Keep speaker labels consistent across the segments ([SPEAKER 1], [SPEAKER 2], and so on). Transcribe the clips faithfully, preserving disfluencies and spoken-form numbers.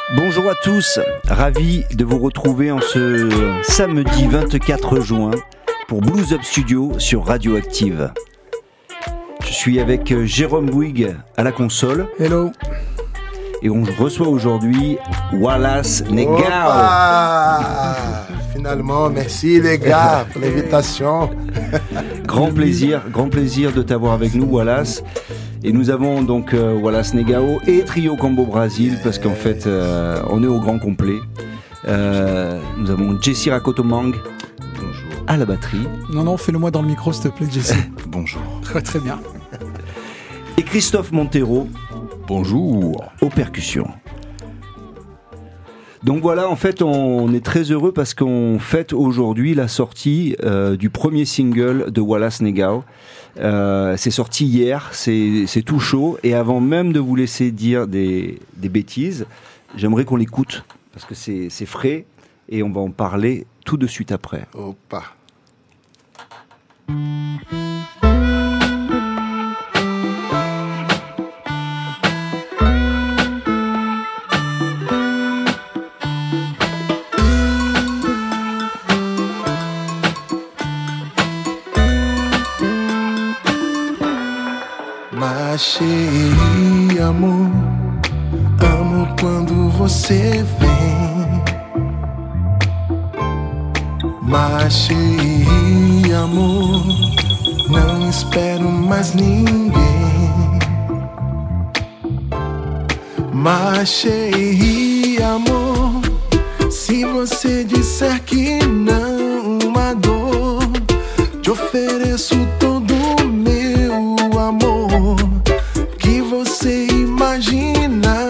[SPEAKER 1] Bonjour à tous, ravi de vous retrouver en ce samedi vingt-quatre juin pour Blues Up Studio sur Radioactive. Je suis avec Jérôme Bouygues à la console.
[SPEAKER 2] Hello.
[SPEAKER 1] Et on reçoit aujourd'hui Wallace Negao.
[SPEAKER 2] Opa Finalement, merci les gars pour l'invitation.
[SPEAKER 1] Grand plaisir, grand plaisir de t'avoir avec nous, Wallace. Et nous avons donc euh, Wallace Negao et Trio Combo Brasil, parce qu'en fait, euh, on est au grand complet. Euh, nous avons Jesse Rakotomang. Bonjour. À la batterie.
[SPEAKER 3] Non, non, fais-le-moi dans le micro, s'il te plaît, Jesse.
[SPEAKER 1] Bonjour.
[SPEAKER 3] Très, très bien.
[SPEAKER 1] Et Christophe Montero.
[SPEAKER 4] Bonjour.
[SPEAKER 1] Aux percussions. Donc voilà, en fait, on est très heureux parce qu'on fête aujourd'hui la sortie euh, du premier single de Wallace Negao. Euh, c'est sorti hier, c'est, c'est tout chaud. Et avant même de vous laisser dire des, des bêtises, j'aimerais qu'on l'écoute parce que c'est, c'est frais et on va en parler tout de suite après.
[SPEAKER 2] Opa. Ma chérie, amor, amo quando você vem. Ma chérie, amor, não espero mais ninguém. Ma chérie, amor, se você disser que não, uma dor, te ofereço todo o meu amor que você imagina.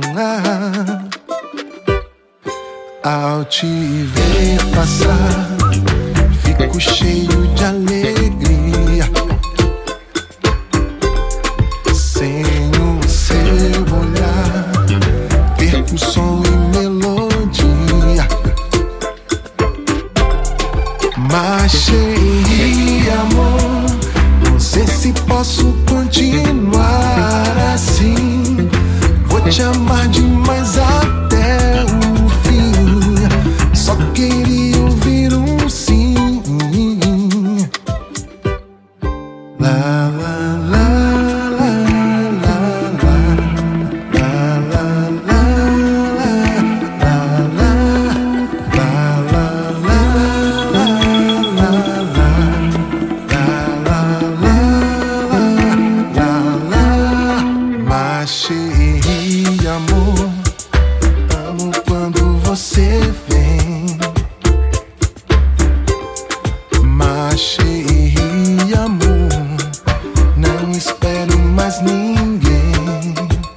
[SPEAKER 2] Ao te ver passar, fico cheio de alegria. Sem o seu olhar, perco som e melodia. Mas cheio, amor, não sei se posso continuar assim. Vou te amar demais até o fim. Só queria ouvir um sim. La la la la la la la la la la chérie, amor, amo quando você vem. Mas chérie, amor, não espero mais ninguém.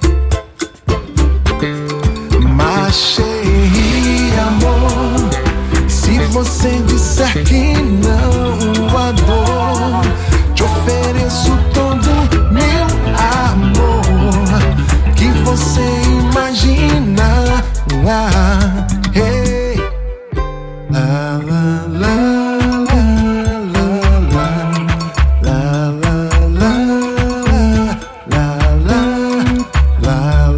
[SPEAKER 2] Mas chérie, amor, se você disser que não, a dor, te ofereço todo meu amor que você imagina. Ah, hey. La la la la la la la la la la la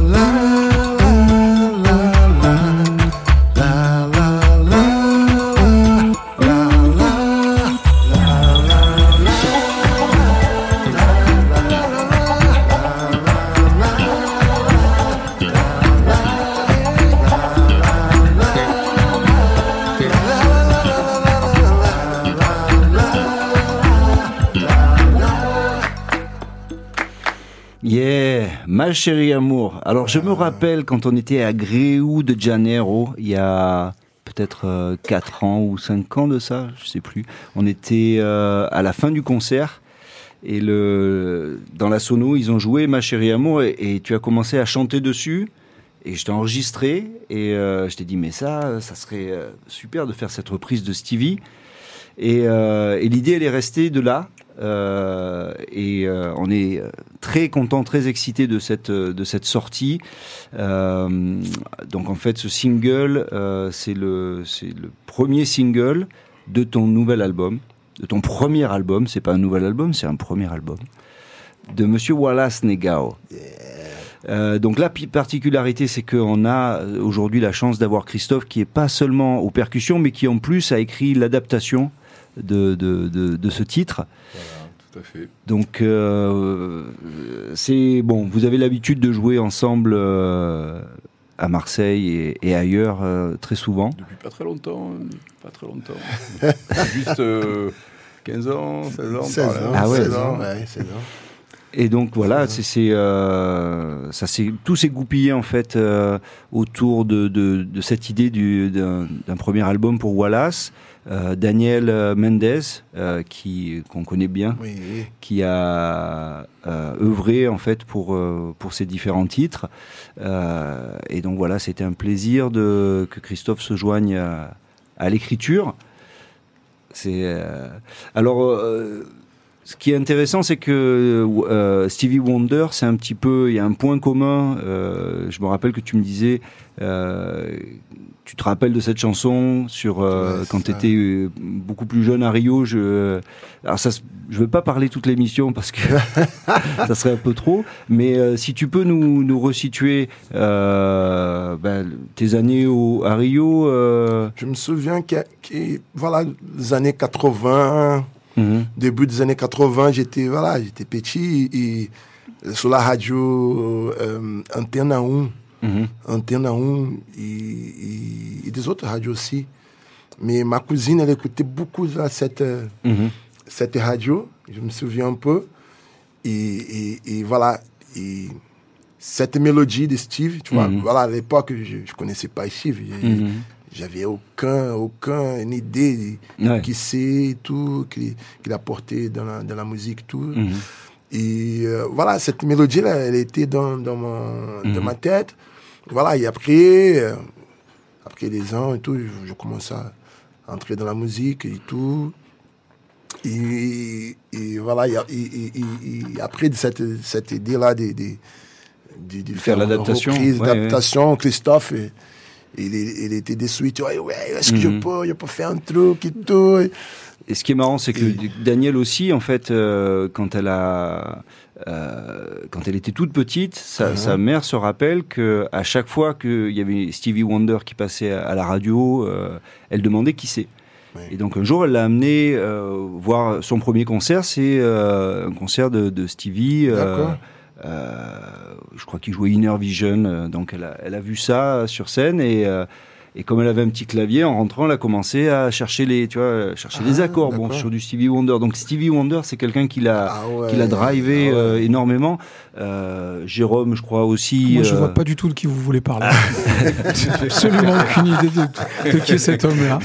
[SPEAKER 1] Yeah, ma chérie amour. Alors je me rappelle quand on était à Rio de Janeiro, il y a peut-être euh, quatre ans ou cinq ans de ça, je sais plus. On était euh, à la fin du concert et le, dans la sono, ils ont joué Ma chérie amour et, et tu as commencé à chanter dessus. Et je t'ai enregistré et euh, je t'ai dit mais ça, ça serait euh, super de faire cette reprise de Stevie. Et, euh, et l'idée elle est restée de là. Euh, et euh, on est très content, très excité de cette de cette sortie. Euh, donc en fait, ce single, euh, c'est le c'est le premier single de ton nouvel album, de ton premier album. C'est pas un nouvel album, c'est un premier album de Monsieur Wallace Negao.
[SPEAKER 2] Yeah.
[SPEAKER 1] Euh, donc la particularité, c'est qu'on a aujourd'hui la chance d'avoir Christophe qui est pas seulement aux percussions, mais qui en plus a écrit l'adaptation de, de, de, de ce titre.
[SPEAKER 4] Voilà, tout à fait.
[SPEAKER 1] Donc euh, c'est bon, vous avez l'habitude de jouer ensemble euh, à Marseille et, et ailleurs euh, très souvent.
[SPEAKER 4] Depuis pas très longtemps, pas très longtemps. Juste euh, quinze ans, seize ans.
[SPEAKER 2] seize ans,
[SPEAKER 1] Ah ouais,
[SPEAKER 2] seize ans, ouais, seize ans.
[SPEAKER 1] Et donc voilà, c'est, c'est euh, ça c'est tout s'est goupillé en fait euh, autour de, de, de cette idée du, d'un, d'un premier album pour Wallace. Euh, Daniel Mendes, euh, qui qu'on connaît bien,
[SPEAKER 2] Oui, oui.
[SPEAKER 1] qui a euh, œuvré en fait pour euh, pour ces différents titres. Euh, et donc voilà, c'était un plaisir de que Christophe se joigne à, à l'écriture. C'est euh, alors. Euh, Ce qui est intéressant, c'est que euh, Stevie Wonder, c'est un petit peu, il y a un point commun. Euh, je me rappelle que tu me disais, euh, tu te rappelles de cette chanson sur euh,
[SPEAKER 2] Ouais,
[SPEAKER 1] quand tu
[SPEAKER 2] ça.
[SPEAKER 1] étais beaucoup plus jeune à Rio. Je, alors ça, je veux pas parler toute l'émission parce que ça serait un peu trop. Mais euh, si tu peux nous, nous resituer euh, ben, tes années au, à Rio. Euh...
[SPEAKER 2] Je me souviens que, que voilà, les années quatre-vingts.
[SPEAKER 1] Mm-hmm.
[SPEAKER 2] Début des années quatre-vingts, j'étais, voilà, j'étais petit et sur la radio euh, Antenne un,
[SPEAKER 1] Mm-hmm.
[SPEAKER 2] Antenne un et, et, et des autres radios aussi. Mais ma cousine, elle écoutait beaucoup là, cette,
[SPEAKER 1] Mm-hmm.
[SPEAKER 2] cette radio, je me souviens un peu. Et, et, et voilà, et cette mélodie de Steve, tu vois,
[SPEAKER 1] Mm-hmm.
[SPEAKER 2] voilà, à l'époque, je ne connaissais pas Steve.
[SPEAKER 1] Mm-hmm.
[SPEAKER 2] J'avais aucun, aucun idée de
[SPEAKER 1] Ouais.
[SPEAKER 2] qui c'est, tout, qu'il qu'il a porté dans la, dans la musique, tout.
[SPEAKER 1] Mm-hmm.
[SPEAKER 2] Et euh, voilà, cette mélodie-là, elle était dans, dans, mon,
[SPEAKER 1] Mm-hmm.
[SPEAKER 2] dans ma tête. Voilà, et après, euh, après des ans et tout, je, je commence à entrer dans la musique et tout. Et, et voilà, et, et, et, et après cette, cette idée-là de, de, de, de
[SPEAKER 1] faire l'adaptation,
[SPEAKER 2] reprise,
[SPEAKER 1] ouais,
[SPEAKER 2] l'adaptation, ouais. Christophe, et, il, il était déçu. Ouais, ouais, est-ce que
[SPEAKER 1] Mm-hmm.
[SPEAKER 2] je peux, je peux faire un truc et tout.
[SPEAKER 1] Et ce qui est marrant, c'est que
[SPEAKER 2] Et...
[SPEAKER 1] Daniel aussi, en fait, euh, quand elle a, euh, quand elle était toute petite, sa,
[SPEAKER 2] Uh-huh.
[SPEAKER 1] sa mère se rappelle que à chaque fois qu'il y avait Stevie Wonder qui passait à, à la radio, euh, elle demandait qui c'est.
[SPEAKER 2] Ouais.
[SPEAKER 1] Et donc un jour, elle l'a amené euh, voir son premier concert, c'est euh, un concert de, de Stevie. Euh,
[SPEAKER 2] D'accord.
[SPEAKER 1] euh, je crois qu'il jouait Inner Vision, euh, donc elle a, elle a vu ça sur scène et euh, Et comme elle avait un petit clavier, en rentrant, elle a commencé à chercher les, tu vois, chercher
[SPEAKER 2] Ah,
[SPEAKER 1] les accords, bon,
[SPEAKER 2] d'accord.
[SPEAKER 1] sur du Stevie Wonder. Donc Stevie Wonder, c'est quelqu'un qui l'a,
[SPEAKER 2] Ah ouais.
[SPEAKER 1] qui l'a drivé
[SPEAKER 2] Ah ouais.
[SPEAKER 1] euh, énormément. Euh, Jérôme, je crois aussi.
[SPEAKER 3] Moi, je
[SPEAKER 1] euh,
[SPEAKER 3] vois pas du tout de qui vous voulez parler. J'ai absolument aucune idée de, de qui est cet homme-là.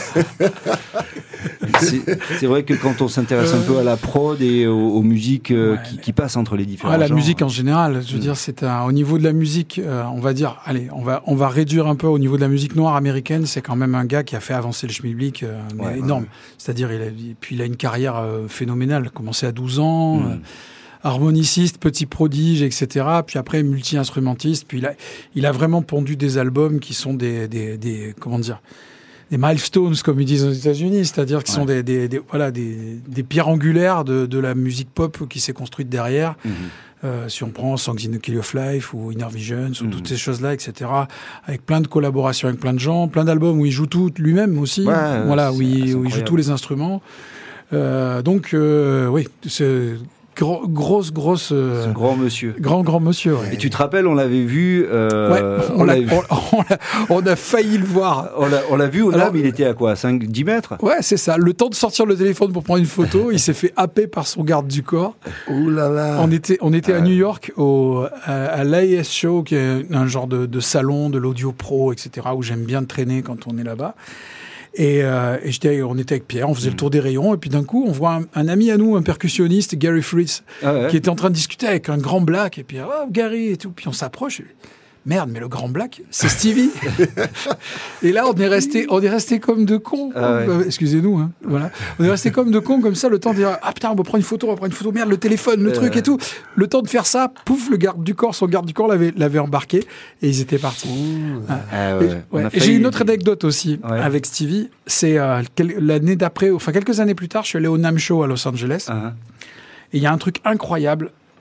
[SPEAKER 1] c'est, c'est vrai que quand on s'intéresse un peu à la prod et aux, aux musiques euh,
[SPEAKER 3] Ouais,
[SPEAKER 1] qui,
[SPEAKER 3] mais-
[SPEAKER 1] qui passent entre les différents
[SPEAKER 3] Ah, la
[SPEAKER 1] genres.
[SPEAKER 3] musique en général, je veux dire, c'est un, au niveau de la musique, euh, on va dire, allez, on va, on va réduire un peu au niveau de la musique noire américaine. C'est quand même un gars qui a fait avancer le schmilblick, euh, mais
[SPEAKER 1] Ouais,
[SPEAKER 3] énorme. C'est-à-dire, il a, et puis il a une carrière euh, phénoménale. Commencé à douze ans,
[SPEAKER 1] Mm.
[SPEAKER 3] euh, harmoniciste, petit prodige, et cetera. Puis après, multi-instrumentiste. Puis il a, il a vraiment pondu des albums qui sont des, des, des comment dire, des milestones, comme ils disent aux États-Unis, c'est-à-dire qui
[SPEAKER 1] Ouais.
[SPEAKER 3] sont des, des, des- voilà, des, des pierres angulaires de, de la musique pop qui s'est construite derrière.
[SPEAKER 1] Mhm.
[SPEAKER 3] Euh, si on prend Songs in the Key of Life ou Inner Visions ou
[SPEAKER 1] Mhm.
[SPEAKER 3] toutes ces choses-là, et cetera, avec plein de collaborations avec plein de gens, plein d'albums où il joue tout lui-même aussi,
[SPEAKER 1] Ouais,
[SPEAKER 3] voilà,
[SPEAKER 1] c'est-
[SPEAKER 3] où, il,
[SPEAKER 1] c'est
[SPEAKER 3] où il joue
[SPEAKER 1] incroyable.
[SPEAKER 3] tous les instruments. Euh, donc, euh, oui, c'est gros, grosse, grosse,
[SPEAKER 1] C'est
[SPEAKER 3] euh,
[SPEAKER 1] un grand monsieur.
[SPEAKER 3] grand, grand monsieur. Ouais.
[SPEAKER 1] Et tu te rappelles, on l'avait vu. Euh,
[SPEAKER 3] Ouais, on,
[SPEAKER 1] on,
[SPEAKER 3] l'a-
[SPEAKER 1] l'a vu
[SPEAKER 3] on- on l'a- on a failli le voir.
[SPEAKER 1] on l'a, on l'a vu au
[SPEAKER 3] Alors-
[SPEAKER 1] lab, il était à quoi, cinq, dix mètres.
[SPEAKER 3] Ouais, c'est ça. Le temps de sortir le téléphone pour prendre une photo, il s'est fait happer par son garde du corps.
[SPEAKER 2] Ouh là là.
[SPEAKER 3] On était, on était à New York au, à, à l'A E S Show, qui est un genre de, de salon de l'audio pro, et cetera, où j'aime bien traîner quand on est là-bas. Et, euh, et j'étais, on était avec Pierre, on faisait le tour des rayons, et puis d'un coup, on voit un, un ami à nous, un percussionniste, Gary Fritz,
[SPEAKER 1] Ah ouais.
[SPEAKER 3] qui était en train de discuter avec un grand black, et puis, oh, Gary, et tout. Puis on s'approche. et, Merde, mais le grand black, c'est Stevie. Et là, on est resté, on est resté comme deux cons.
[SPEAKER 1] Ah ouais.
[SPEAKER 3] Euh, Excusez-nous, hein. Voilà. On est resté comme deux cons, comme ça, le temps de dire, ah putain, on va prendre une photo, on va prendre une photo, merde, le téléphone, le
[SPEAKER 1] Euh.
[SPEAKER 3] truc et tout. Le temps de faire ça, pouf, le garde du corps, son garde du corps l'avait, l'avait embarqué, et ils étaient partis. Ah.
[SPEAKER 1] Ah
[SPEAKER 3] Et-
[SPEAKER 1] ouais.
[SPEAKER 3] ouais.
[SPEAKER 1] On a
[SPEAKER 3] Et
[SPEAKER 1] failli-
[SPEAKER 3] j'ai une autre anecdote aussi
[SPEAKER 1] Ouais.
[SPEAKER 3] avec Stevie. C'est euh, quel- l'année d'après, enfin quelques années plus tard, je suis allé au NAMM Show à Los Angeles.
[SPEAKER 1] Ah,
[SPEAKER 3] Et il y a un truc incroyable.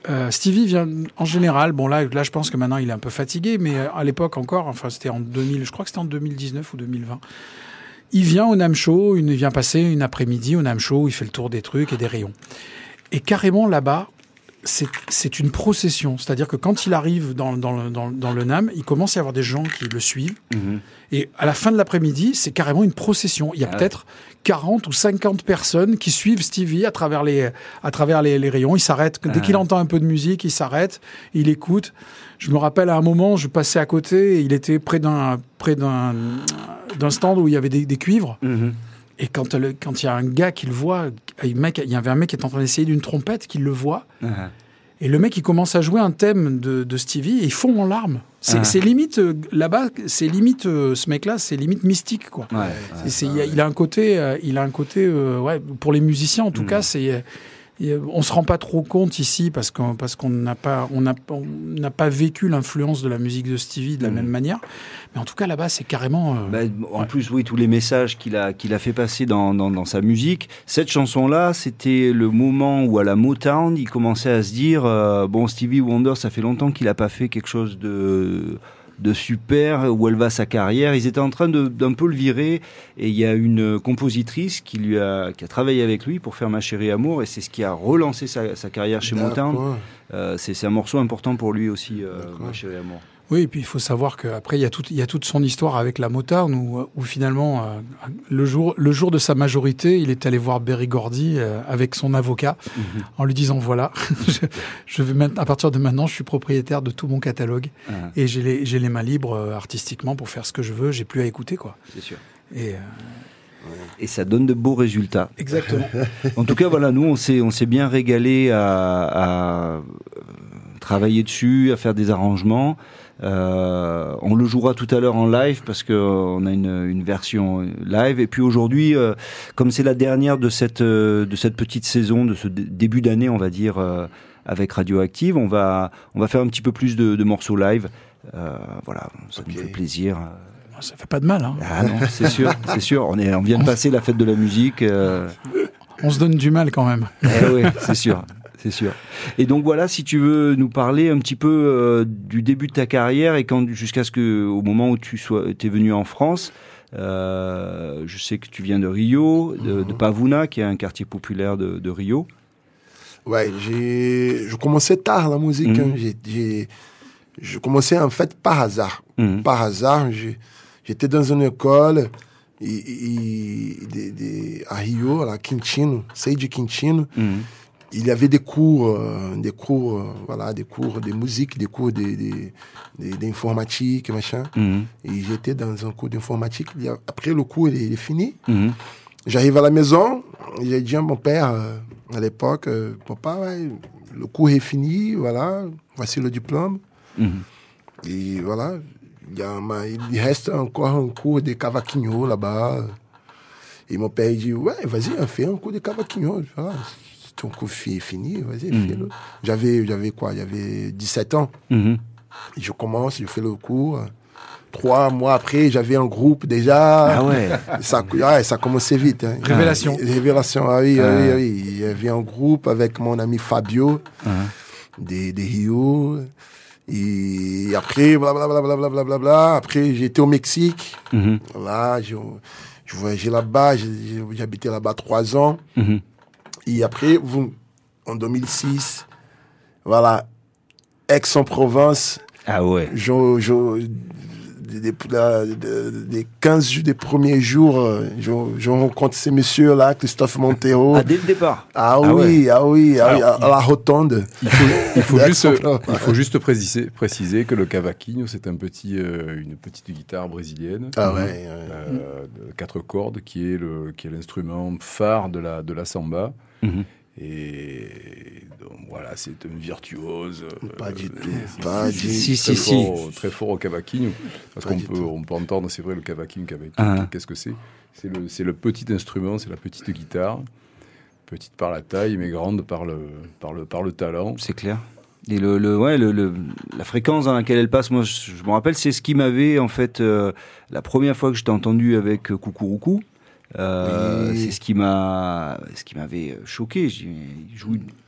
[SPEAKER 3] euh, Stevie vient en général. Bon là, là, je pense que maintenant il est un peu fatigué, mais à l'époque encore, enfin c'était en deux mille, je crois que c'était en deux mille dix-neuf ou deux mille vingt. Il vient au NAMM Show, il vient passer une après-midi au NAMM Show, il fait le tour des trucs et des rayons. Et carrément là-bas, c'est, c'est une procession. C'est-à-dire que quand il arrive dans, dans, le, dans, dans le NAMM, il commence à y avoir des gens qui le suivent. Mmh. Et à la fin de l'après-midi, c'est carrément une procession. Il y a ah peut-être quarante ou cinquante personnes qui suivent Stevie à travers les, à travers les, les rayons. Il s'arrête. Ah. Dès qu'il entend un peu de musique, il s'arrête, il écoute. Je me rappelle à un moment, je passais à côté et il était près d'un, près d'un, d'un stand où il y avait des, des cuivres. Mmh. Et quand il quand y a un gars qui le voit, il y avait un mec qui est en train d'essayer d'une trompette, qui le voit. Uh-huh. Et le mec, il commence à jouer un thème de, de Stevie et il fond en larmes. C'est, uh-huh. c'est limite, euh, là-bas, c'est limite, euh, ce mec-là, c'est limite mystique, quoi. Ouais, c'est, c'est, il, a, il a un côté, euh, il a un côté euh, ouais, pour les musiciens, en tout mmh. cas, c'est... On se rend pas trop compte ici parce qu'on parce qu'on n'a pas on n'a on n'a pas vécu l'influence de la musique de Stevie de la mmh. même manière, mais en tout cas là-bas c'est carrément. Euh,
[SPEAKER 1] bah, en
[SPEAKER 3] ouais.
[SPEAKER 1] plus oui tous les messages qu'il a qu'il a fait passer dans dans, dans sa musique. Cette chanson-là, c'était le moment où à la Motown il commençait à se dire euh, bon Stevie Wonder ça fait longtemps qu'il a pas fait quelque chose de de super, où elle va sa carrière. Ils étaient en train de, d'un peu le virer et il y a une compositrice qui, lui a, qui a travaillé avec lui pour faire Ma chérie amour et c'est ce qui a relancé sa, sa carrière chez Motown. Euh, c'est, c'est un morceau important pour lui aussi, euh, Ma chérie amour.
[SPEAKER 3] Oui, et puis il faut savoir qu'après, il y a toute, il y a toute son histoire avec la Motown où, où finalement, euh, le, jour, le jour de sa majorité, il est allé voir Berry Gordy euh, avec son avocat mm-hmm. en lui disant voilà, je, je vais maintenant, à partir de maintenant, je suis propriétaire de tout mon catalogue mm-hmm. et j'ai les, j'ai les mains libres euh, artistiquement pour faire ce que je veux, j'ai plus à écouter, quoi.
[SPEAKER 1] C'est sûr.
[SPEAKER 3] Et, euh...
[SPEAKER 1] et ça donne de beaux résultats.
[SPEAKER 3] Exactement.
[SPEAKER 1] En tout cas, voilà, nous, on s'est, on s'est bien régalé à, à travailler dessus, à faire des arrangements. Euh, on le jouera tout à l'heure en live parce que euh, on a une, une version live et puis aujourd'hui euh, comme c'est la dernière de cette euh, de cette petite saison de ce d- début d'année on va dire euh, avec Radioactive on va on va faire un petit peu plus de, de morceaux live euh, voilà ça okay. nous fait plaisir.
[SPEAKER 3] Ça fait pas de mal hein.
[SPEAKER 1] Ah non c'est sûr c'est sûr on est on vient de passer la fête de la musique euh...
[SPEAKER 3] on se donne du mal quand même.
[SPEAKER 1] Eh oui c'est sûr. C'est sûr. Et donc voilà, si tu veux nous parler un petit peu euh, du début de ta carrière et quand jusqu'à ce que au moment où tu sois, t'es venu en France, euh, je sais que tu viens de Rio, de, de Pavuna, qui est un quartier populaire de, de Rio.
[SPEAKER 2] Ouais, j'ai, je commençais tard la musique. Mmh. Hein, j'ai, j'ai, je commençais en fait par hasard. Mmh. Par hasard, j'ai, j'étais dans une école et, et, de, de, à Rio, à Quintino, sei de Quintino. Mmh. Il y avait des cours, euh, des cours, euh, voilà, des cours de musique, des cours de, de, de, d'informatique, machin. Mm-hmm. Et j'étais dans un cours d'informatique. Après, le cours, il est, il est fini. Mm-hmm. J'arrive à la maison, j'ai dit à mon père, euh, à l'époque, euh, papa, ouais, le cours est fini, voilà, voici le diplôme. Mm-hmm. Et voilà, il, y a, il reste encore un cours de cavaquinho là-bas. Et mon père, il dit, ouais, vas-y, fais un cours de cavaquinho. Voilà. Ton cours est fini, vas-y, mmh. fais-le. J'avais, j'avais quoi? J'avais dix-sept ans. Mmh. Je commence, je fais le cours. Trois mois après, j'avais un groupe déjà.
[SPEAKER 1] Ah ouais.
[SPEAKER 2] Ça, ouais, ça commençait vite. Hein.
[SPEAKER 3] Révélation.
[SPEAKER 2] Ah, révélation, ah oui, ah. ah oui, oui. Il y avait un groupe avec mon ami Fabio, ah. de, de Rio. Et après, blablabla, blablabla, bla, bla. Après, j'étais au Mexique. Mmh. Là, je, je voyageais là-bas. J'habitais là-bas trois ans. Mmh. Et après, vous, en deux mille six, voilà, Aix-en-Provence.
[SPEAKER 1] Ah ouais.
[SPEAKER 2] Je, je, des, des quinze des premiers jours, je, je rencontre ces messieurs-là, Christophe Montero.
[SPEAKER 1] Ah, dès le départ.
[SPEAKER 2] Ah, ah oui, ouais. ah oui, ah oui, à, à la rotonde.
[SPEAKER 4] Il faut, il faut, juste, il faut juste préciser, préciser que le cavaquinho, c'est un petit, euh, une petite guitare brésilienne.
[SPEAKER 2] Ah ouais. ouais.
[SPEAKER 4] Euh, de quatre cordes, qui est, le, qui est l'instrument phare de la, de la samba. Mmh. Et donc voilà, c'est un virtuose.
[SPEAKER 2] Pas
[SPEAKER 4] euh,
[SPEAKER 2] du tout.
[SPEAKER 4] C'est,
[SPEAKER 2] pas
[SPEAKER 4] c'est,
[SPEAKER 2] du
[SPEAKER 4] c'est,
[SPEAKER 2] si,
[SPEAKER 4] très,
[SPEAKER 2] si,
[SPEAKER 4] fort,
[SPEAKER 2] si.
[SPEAKER 4] très fort au cavaquinho. Parce pas qu'on peut, on peut entendre, c'est vrai, le cavaquinho. cavaquinho
[SPEAKER 1] ah.
[SPEAKER 4] Qu'est-ce que c'est c'est le, c'est le petit instrument, c'est la petite guitare. Petite par la taille, mais grande par le, par le, par le talent.
[SPEAKER 1] C'est clair. Et le, le, ouais, le, le, la fréquence dans laquelle elle passe, moi, je, je me rappelle, c'est ce qui m'avait, en fait, euh, la première fois que je t'ai entendu avec euh, Kukuruku. Euh, oui. C'est ce qui m'a, ce qui m'avait choqué. Il joue une,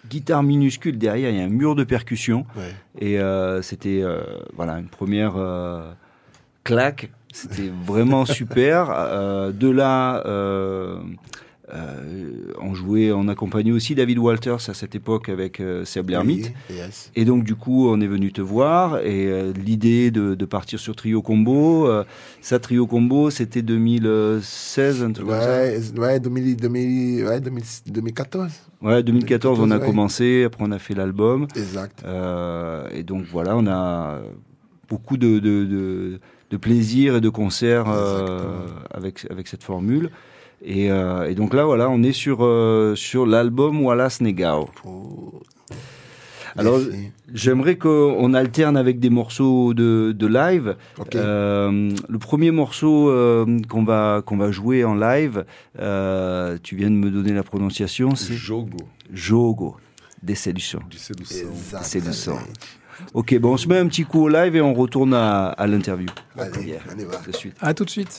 [SPEAKER 1] guitare minuscule, derrière il y a un mur de percussion.
[SPEAKER 2] Ouais.
[SPEAKER 1] Et euh, c'était euh, voilà, une première euh, claque. C'était vraiment super. Euh, de là, euh, euh, on jouait, on accompagnait aussi David Walters à cette époque avec euh, Seb Lermite.
[SPEAKER 2] Oui, yes.
[SPEAKER 1] Et donc du coup, on est venu te voir et euh, l'idée de, de partir sur Trio Combo, euh, ça Trio Combo, c'était deux mille seize, un truc comme ça.
[SPEAKER 2] Ouais, ouais, deux mille, deux mille, ouais, deux mille, deux mille quatorze.
[SPEAKER 1] Ouais, deux mille quatorze, on a
[SPEAKER 2] ouais.
[SPEAKER 1] commencé, après on a fait l'album.
[SPEAKER 2] Exact.
[SPEAKER 1] Euh, et donc voilà, on a beaucoup de, de, de, de plaisir et de concerts euh, avec, avec cette formule. Et, euh, et donc là, voilà, on est sur, euh, sur l'album Wallace Negao.
[SPEAKER 2] Oh.
[SPEAKER 1] Alors,
[SPEAKER 2] Merci.
[SPEAKER 1] j'aimerais qu'on alterne avec des morceaux de, de live.
[SPEAKER 2] Ok.
[SPEAKER 1] Euh, le premier morceau euh, qu'on va, qu'on va jouer en live, euh, tu viens de me donner la prononciation, c'est
[SPEAKER 4] Jogo,
[SPEAKER 1] Jogo, des séductions.
[SPEAKER 4] du séduction.
[SPEAKER 2] Exact.
[SPEAKER 1] C'est du sang. Ok, bon, on se met un petit coup au live et on retourne à, à l'interview.
[SPEAKER 2] Allez,
[SPEAKER 1] Yeah,
[SPEAKER 2] on y va.
[SPEAKER 1] de suite.
[SPEAKER 3] À tout de suite.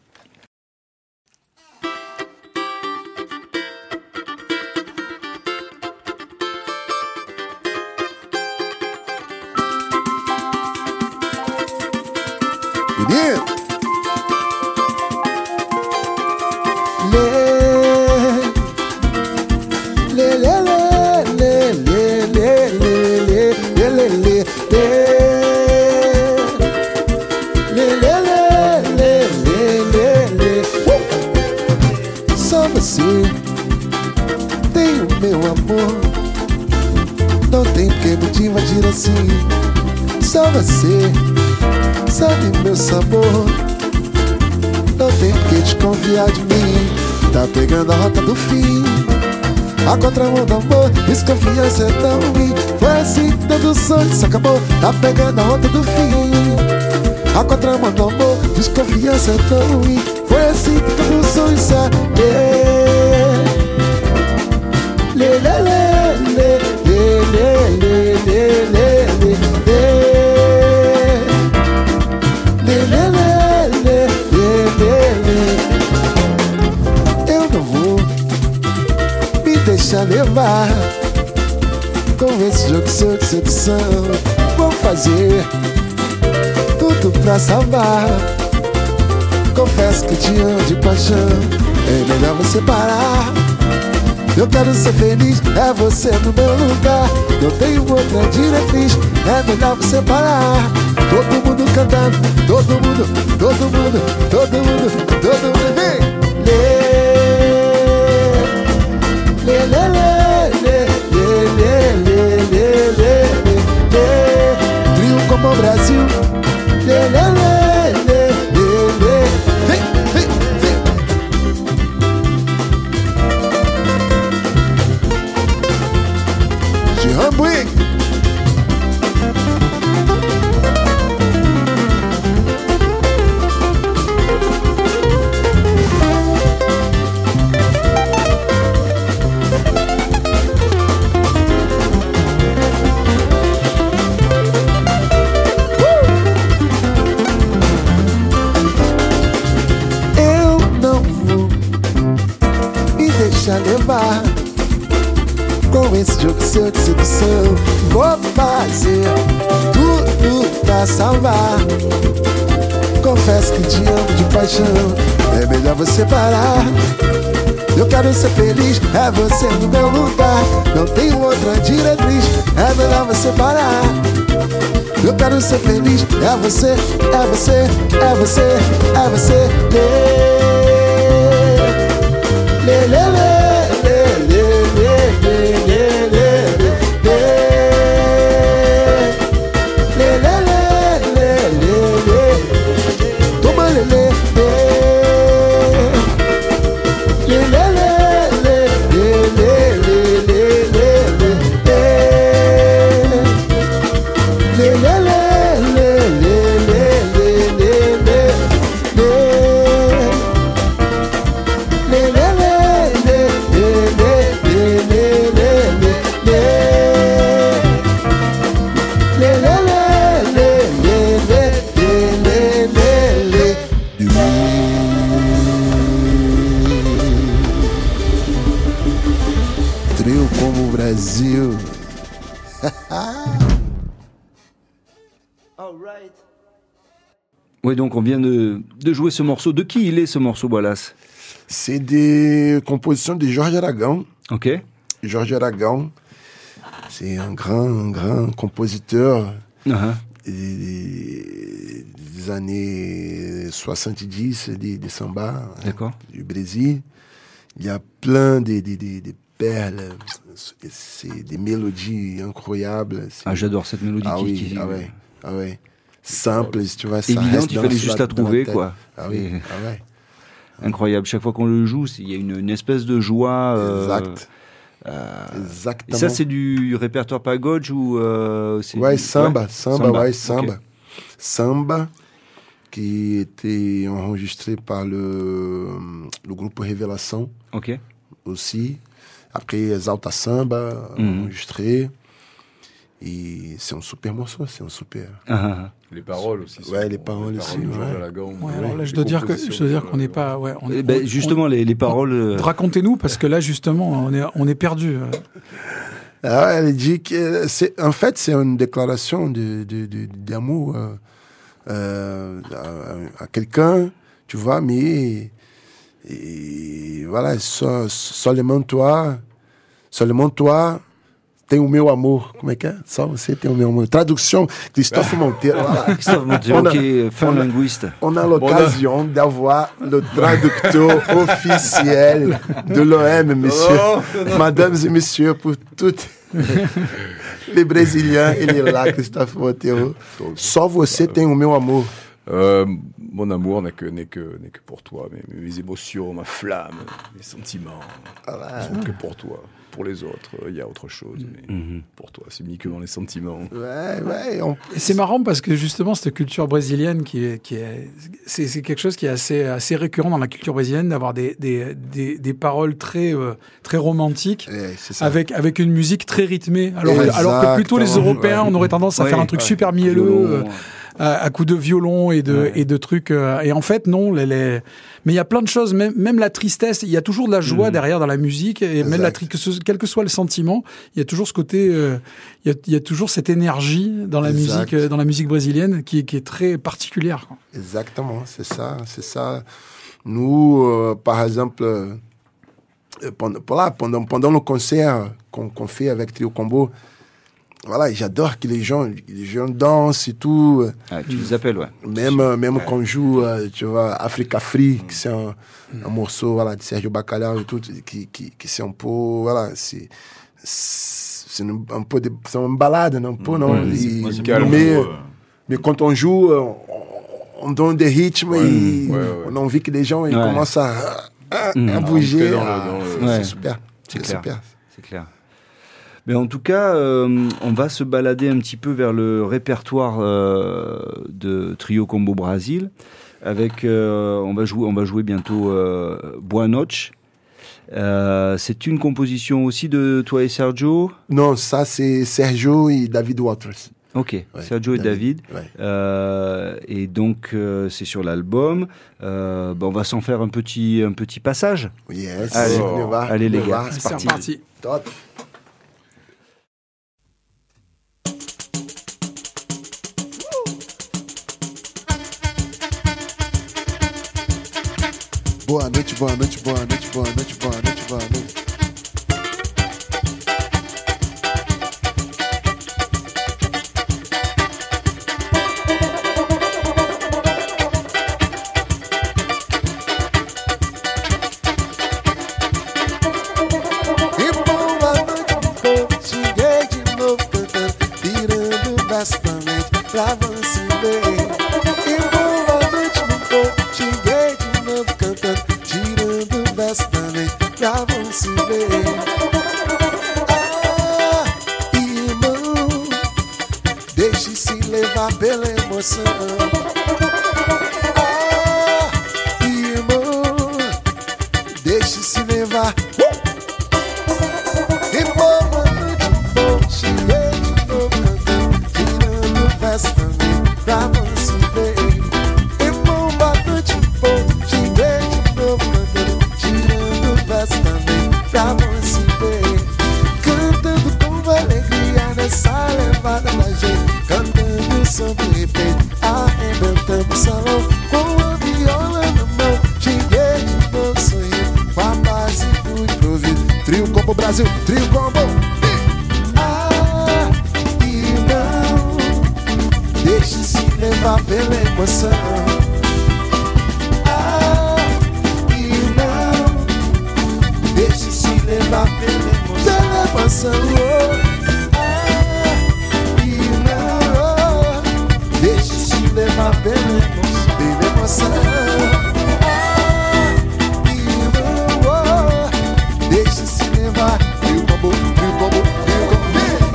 [SPEAKER 2] Bien. Les, les, les, les, les, les, les, les, les, les, les, les, les, les, les, les, les, les. Uh! Só você tem o meu amor. Não tem porque me dividir assim. Só você sabe meu sabor. Não tem porque desconfiar de mim. Tá pegando a rota do fim. A contramão do amor, desconfiança é tão ruim. Foi assim, todo sonho se acabou. Tá pegando a rota do fim. A contramão do amor, desconfiança é tão ruim. Foi assim, todo sonho se acabou. Lê, lê, lê, lê, lê, lê, lê, lê, lê, lê. Eu não vou me deixar levar com esse jogo seu de sedução. Vou fazer tudo pra salvar. Confesso que te amo de paixão. É melhor você parar. Eu quero ser feliz, é você no meu lugar. Não tenho outra diretriz, é melhor você parar. Todo mundo cantando, todo mundo, todo mundo, todo mundo, todo mundo. Vem! Lê, lê, lê, lê, lê, lê, lê, lê, lê, lê. Trio como Brasil. Lê, lê, lê, lê, lê, lê. Vem, vem, vem. De Hamburgo. Levar com esse jogo seu de sedução. Vou fazer tudo pra salvar. Confesso que te amo de paixão. É melhor você parar. Eu quero ser feliz, é você no meu lugar. Não tenho outra diretriz, é melhor você parar. Eu quero ser feliz, é você, é você, é você, é você. Lê, lê, lê, lê. Trio como Brasil.
[SPEAKER 1] Oui, donc on vient de, de jouer ce morceau. De qui il est ce morceau, Wallace?
[SPEAKER 2] C'est des compositions de Jorge Aragão.
[SPEAKER 1] Ok.
[SPEAKER 2] Jorge Aragão, c'est un grand, un grand compositeur
[SPEAKER 1] Uh-huh.
[SPEAKER 2] des, des années soixante-dix de, de samba,
[SPEAKER 1] D'accord.
[SPEAKER 2] du Brésil. Il y a plein de, de, de, de perles, c'est des mélodies incroyables. C'est...
[SPEAKER 1] Ah, j'adore cette mélodie.
[SPEAKER 2] Ah
[SPEAKER 1] qui,
[SPEAKER 2] oui,
[SPEAKER 1] qui...
[SPEAKER 2] ah ouais, ah ouais. Simple, tu vois, ça
[SPEAKER 1] évident,
[SPEAKER 2] reste
[SPEAKER 1] il
[SPEAKER 2] dans-
[SPEAKER 1] fallait
[SPEAKER 2] sur
[SPEAKER 1] juste
[SPEAKER 2] la-
[SPEAKER 1] la
[SPEAKER 2] dans la
[SPEAKER 1] trouver,
[SPEAKER 2] tête.
[SPEAKER 1] quoi.
[SPEAKER 2] Ah oui,
[SPEAKER 1] Et-
[SPEAKER 2] ah ouais.
[SPEAKER 1] Incroyable. Chaque fois qu'on le joue, c'est- il y a une, une espèce de joie. euh,
[SPEAKER 2] Exact.
[SPEAKER 1] euh,
[SPEAKER 2] Exactement.
[SPEAKER 1] Et ça, c'est du répertoire pagode ou euh, c'est
[SPEAKER 2] Ouais,
[SPEAKER 1] du-
[SPEAKER 2] samba,
[SPEAKER 1] ouais
[SPEAKER 2] samba,
[SPEAKER 1] Samba,
[SPEAKER 2] ouais,
[SPEAKER 1] ok.
[SPEAKER 2] samba. Samba, qui était enregistré par le, le groupe Révélation
[SPEAKER 1] Ok.
[SPEAKER 2] aussi. Après, Exalta Samba,
[SPEAKER 1] Mhm.
[SPEAKER 2] enregistré. Et c'est un super morceau, c'est un super.
[SPEAKER 1] Ah, ah,
[SPEAKER 4] Les paroles aussi.
[SPEAKER 2] Ouais,
[SPEAKER 4] sont-
[SPEAKER 2] les paroles aussi,
[SPEAKER 4] de Jorge
[SPEAKER 2] ouais.
[SPEAKER 4] Aragão,
[SPEAKER 3] Ouais,
[SPEAKER 4] ouais,
[SPEAKER 3] alors là,
[SPEAKER 4] les
[SPEAKER 3] je dois dire que
[SPEAKER 4] compositions
[SPEAKER 3] je dois dire
[SPEAKER 4] de-
[SPEAKER 3] qu'on n'est pas. Ouais, on,
[SPEAKER 1] ah. Eh
[SPEAKER 3] on-
[SPEAKER 1] ben, justement, les, les paroles. euh,
[SPEAKER 3] Racontez-nous parce que là justement on est on est perdu.
[SPEAKER 2] Ah, elle dit que c'est, en fait, c'est une déclaration de, de, de- d'amour euh, euh, à, à quelqu'un, tu vois, mais et, voilà, so- seulement toi, seulement toi tem o meu amor. Como é que é? Só você tem o meu amor. Traduction, Christophe Monteiro. Voilà.
[SPEAKER 1] Christophe Monteiro,
[SPEAKER 2] On a-
[SPEAKER 1] qui est fin
[SPEAKER 2] on a-
[SPEAKER 1] linguiste.
[SPEAKER 2] On a l'occasion d'avoir le traducteur officiel de l'O M, monsieur. Mesdames et messieurs, pour toutes les Brésiliens, il est là, Christophe Monteiro. Só você tem o meu amor.
[SPEAKER 4] Euh, mon amour n'est que, n'est que, n'est que pour toi. Mes, mes émotions, ma flamme, mes sentiments
[SPEAKER 2] Voilà.
[SPEAKER 4] sont que pour toi. Pour les autres, il y a autre chose. Mais
[SPEAKER 1] Mhm.
[SPEAKER 4] pour toi, c'est uniquement les sentiments.
[SPEAKER 2] Ouais, ouais. On...
[SPEAKER 3] Et c'est marrant parce que justement cette culture brésilienne qui est qui est c'est, c'est quelque chose qui est assez assez récurrent dans la culture brésilienne d'avoir des des des, des paroles très euh, très romantiques.
[SPEAKER 2] Ouais, c'est ça.
[SPEAKER 3] Avec, avec une musique très rythmée. Alors, que-
[SPEAKER 2] Exactement.
[SPEAKER 3] alors que plutôt les Européens,
[SPEAKER 2] Ouais.
[SPEAKER 3] on aurait tendance à
[SPEAKER 1] Ouais,
[SPEAKER 3] faire un truc
[SPEAKER 1] ouais.
[SPEAKER 3] super mielleux,
[SPEAKER 1] Violon,
[SPEAKER 3] euh, à, à coups de violon et de,
[SPEAKER 1] Ouais.
[SPEAKER 3] et de trucs. euh, et en fait, non. Les, les... Mais il y a plein de choses, même, même la tristesse, il y a toujours de la joie
[SPEAKER 1] Mhm.
[SPEAKER 3] derrière dans la musique. Et même la
[SPEAKER 2] Exact.
[SPEAKER 3] tri- que ce- quel que soit le sentiment, il y a toujours ce côté, euh, il, y a, il y a toujours cette énergie dans la
[SPEAKER 2] Exact.
[SPEAKER 3] musique, euh, dans la musique brésilienne qui, est- qui est très particulière, quoi.
[SPEAKER 2] Exactement, c'est ça, c'est ça. Nous, euh, par exemple, euh, pendant, voilà, pendant, pendant le concert qu'on qu'on fait avec Trio Combo, voilà, j'adore que les gens, les gens dansent et tout.
[SPEAKER 1] Ah, tu les appelles, ouais.
[SPEAKER 2] Même, euh, même quand on joue, euh, tu vois, Africa Free, qui c'est un, un morceau, voilà, de Sergio Bacalhau et tout, qui, qui, qui c'est un peu, voilà, c'est, c'est une- un peu, de, c'est une balade, un peu, non?
[SPEAKER 4] Ouais,
[SPEAKER 2] Et-
[SPEAKER 4] c'est musical,
[SPEAKER 2] mais,
[SPEAKER 4] ouais.
[SPEAKER 2] mais quand on joue, euh, on, on donne des rythmes et
[SPEAKER 4] ouais, ouais.
[SPEAKER 2] on a envie que les gens ils
[SPEAKER 1] Ouais.
[SPEAKER 2] commencent à, à,
[SPEAKER 1] Mmh.
[SPEAKER 2] à
[SPEAKER 1] À
[SPEAKER 2] bouger.
[SPEAKER 4] rentrer dans le-
[SPEAKER 2] Ah,
[SPEAKER 4] dans le-
[SPEAKER 2] c'est,
[SPEAKER 1] Ouais.
[SPEAKER 2] c'est super.
[SPEAKER 1] C'est
[SPEAKER 2] C'est
[SPEAKER 1] clair.
[SPEAKER 2] super.
[SPEAKER 1] C'est clair. Mais en tout cas, euh, on va se balader un petit peu vers le répertoire euh, de Trio Combo Brasil. Avec, euh, on va jouer, on va jouer bientôt euh, Boa Noche. Euh, c'est une composition aussi de toi et Sergio.
[SPEAKER 2] Non, ça c'est Sergio et David Waters.
[SPEAKER 1] Ok,
[SPEAKER 2] Ouais,
[SPEAKER 1] Sergio et David.
[SPEAKER 2] Ouais.
[SPEAKER 1] Euh, et donc euh, c'est sur l'album. Euh, bah, on va s'en faire un petit, un petit passage.
[SPEAKER 2] Yes,
[SPEAKER 1] Allez.
[SPEAKER 2] on y va,
[SPEAKER 1] Allez,
[SPEAKER 2] on
[SPEAKER 1] les
[SPEAKER 2] y
[SPEAKER 1] gars,
[SPEAKER 2] va.
[SPEAKER 1] c'est
[SPEAKER 3] C'est
[SPEAKER 1] parti.
[SPEAKER 3] reparti.
[SPEAKER 2] Top. Boa noite, boa noite, boa noite, boa noite, boa noite, boa noite. E boa noite, povo, cheguei de novo cantando, tirando bastante pra você ver. E boa noite, povo, cheguei de novo cantando, tirando bastante pra você ver. Ah, irmão, deixe-se levar pela emoção. Ah, irmão, deixe-se levar. E boa noite, bom, cheguei de novo cantando, tirando festa pra você ver. E boa noite, bom, cheguei de novo cantando, tirando festa pra você ver. Cantando com alegria nessa levada da gente, cantando sobre
[SPEAKER 5] repeat. Arrebentando o salão com a viola na mão. Cheguei de novo sorrindo com a base do improviso. Trio Combo Brasil, Trio Combo. Ah, e não deixe-se levar pela emoção. Ah, e não deixe-se levar pela emoção. Pela emoção. Oh. Ah, e não deixe-se levar pela emoção. Pela emoção. Ah, e não deixe-se levar. Trio Combo, Trio Combo, Trio Combo.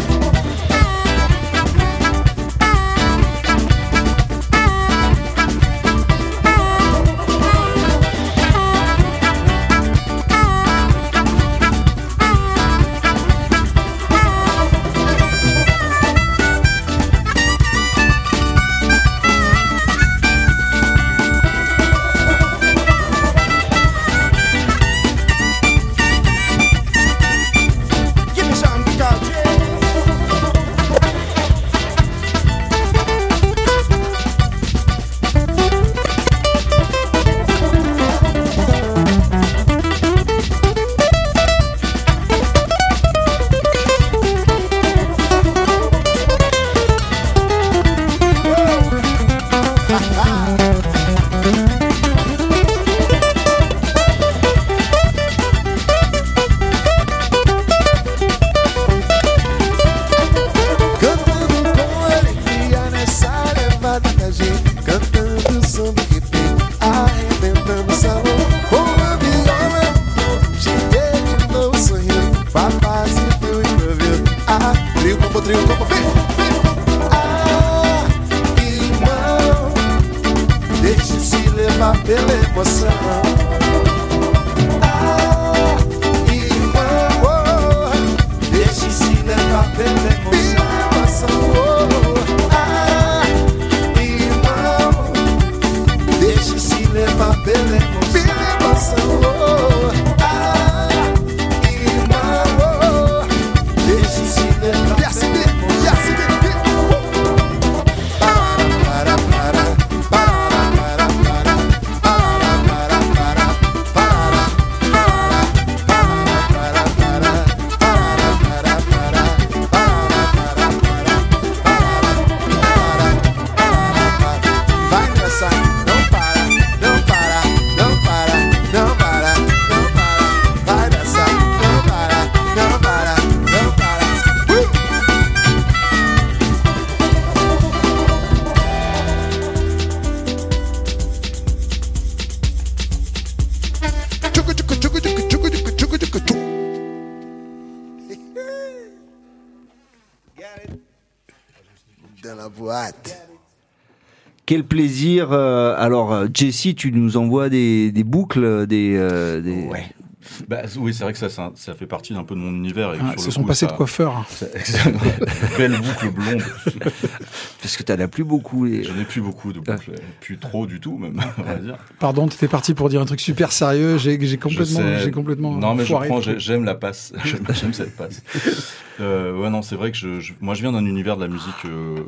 [SPEAKER 1] Quel plaisir. euh, Alors, Jesse, tu nous envoies des, des boucles, des... euh, des...
[SPEAKER 6] Ouais. Bah, oui, c'est vrai que ça, ça, ça fait partie d'un peu de mon univers. Et
[SPEAKER 3] Ah,
[SPEAKER 6] sur
[SPEAKER 3] c'est
[SPEAKER 6] le
[SPEAKER 3] son
[SPEAKER 6] coup,
[SPEAKER 3] passé
[SPEAKER 6] ça-
[SPEAKER 3] de coiffeur.
[SPEAKER 6] ça- Belle boucle blonde.
[SPEAKER 1] Parce que t'en as plus beaucoup. Les...
[SPEAKER 6] J'en ai plus beaucoup de boucles. Plus trop du tout, même, on va dire.
[SPEAKER 3] Pardon, t'étais parti pour dire un truc super sérieux. J'ai j'ai
[SPEAKER 6] Je
[SPEAKER 3] complètement,
[SPEAKER 6] sais.
[SPEAKER 3] j'ai complètement.
[SPEAKER 6] Non, mais je
[SPEAKER 3] foiré
[SPEAKER 6] prends,
[SPEAKER 3] le
[SPEAKER 6] j'ai-
[SPEAKER 3] truc.
[SPEAKER 6] j'aime la passe. J'aime j'aime cette passe. Euh, ouais, non, c'est vrai que je, je- moi, je viens d'un univers de la musique euh,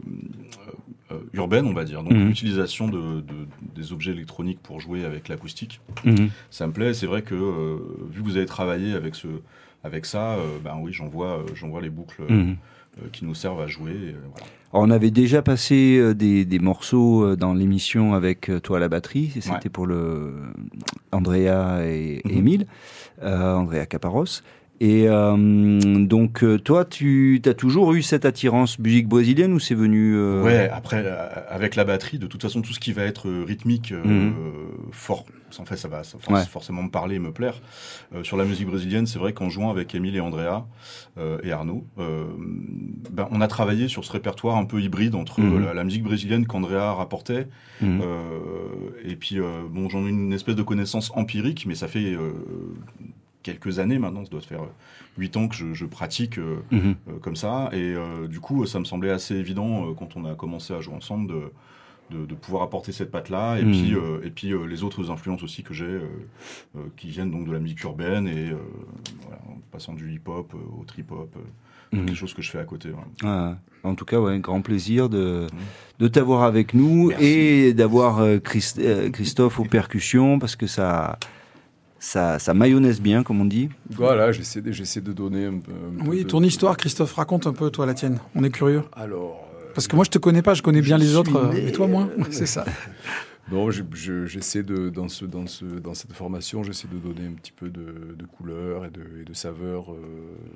[SPEAKER 6] euh, urbaine, on va dire. Donc,
[SPEAKER 1] Mhm.
[SPEAKER 6] l'utilisation de, de- des objets électroniques pour jouer avec l'acoustique,
[SPEAKER 1] Mhm.
[SPEAKER 6] ça me plaît. C'est vrai que, euh, vu que vous avez travaillé avec, ce, avec ça, euh, ben oui, j'en vois, euh, j'en vois les boucles euh,
[SPEAKER 1] Mhm.
[SPEAKER 6] euh, qui nous servent à jouer. Et, euh, voilà.
[SPEAKER 1] Alors, on avait déjà passé euh, des, des morceaux euh, dans l'émission avec euh, toi à la batterie. C'était
[SPEAKER 6] Ouais.
[SPEAKER 1] pour le Andrea et, et
[SPEAKER 6] Mhm.
[SPEAKER 1] Émile, euh, Andrea Caparros. Et euh, donc, euh, toi, tu as toujours eu cette attirance musique brésilienne ou c'est venu euh...
[SPEAKER 6] Ouais, après, euh, avec la batterie, de toute façon, tout ce qui va être euh, rythmique, euh,
[SPEAKER 1] Mhm.
[SPEAKER 6] fort, en fait, ça va ça va
[SPEAKER 1] Ouais.
[SPEAKER 6] forcément me parler et me plaire. Euh, sur la musique brésilienne, c'est vrai qu'en jouant avec Émile et Andrea euh, et Arnaud, euh, ben, on a travaillé sur ce répertoire un peu hybride entre
[SPEAKER 1] Mhm.
[SPEAKER 6] euh, la, la musique brésilienne qu'Andrea rapportait,
[SPEAKER 1] Mhm.
[SPEAKER 6] euh, et puis, euh, bon, j'en ai une espèce de connaissance empirique, mais ça fait euh, quelques années maintenant, ça doit faire huit ans que je, je pratique euh,
[SPEAKER 1] Mhm.
[SPEAKER 6] euh, comme ça, et euh, du coup, ça me semblait assez évident euh, quand on a commencé à jouer ensemble de, de, de pouvoir apporter cette patte-là, et
[SPEAKER 1] Mhm.
[SPEAKER 6] puis, euh, et puis euh, les autres influences aussi que j'ai, euh, euh, qui viennent donc de la musique urbaine, et euh, voilà, en passant du hip-hop euh, au trip-hop, euh, quelque chose que je fais à côté. Ouais.
[SPEAKER 1] Ah, en tout cas, ouais, un grand plaisir de, de t'avoir avec nous. Merci. Et d'avoir euh, Christ, euh, Christophe aux percussions, parce que ça, ça, ça mayonnaise bien, comme on dit.
[SPEAKER 4] Voilà, j'essaie de, j'essaie de donner un peu... Un peu
[SPEAKER 3] oui,
[SPEAKER 4] de,
[SPEAKER 3] ton
[SPEAKER 4] de...
[SPEAKER 3] histoire, Christophe, raconte un peu, toi, la tienne. On est curieux.
[SPEAKER 4] Alors...
[SPEAKER 3] Parce que moi, je te connais pas, je connais bien
[SPEAKER 4] je
[SPEAKER 3] les autres,
[SPEAKER 4] né...
[SPEAKER 3] mais toi, moins. C'est ça.
[SPEAKER 4] Non, je, je, j'essaie de, dans, ce, dans, ce, dans cette formation, j'essaie de donner un petit peu de, de couleur et de, et de saveur euh,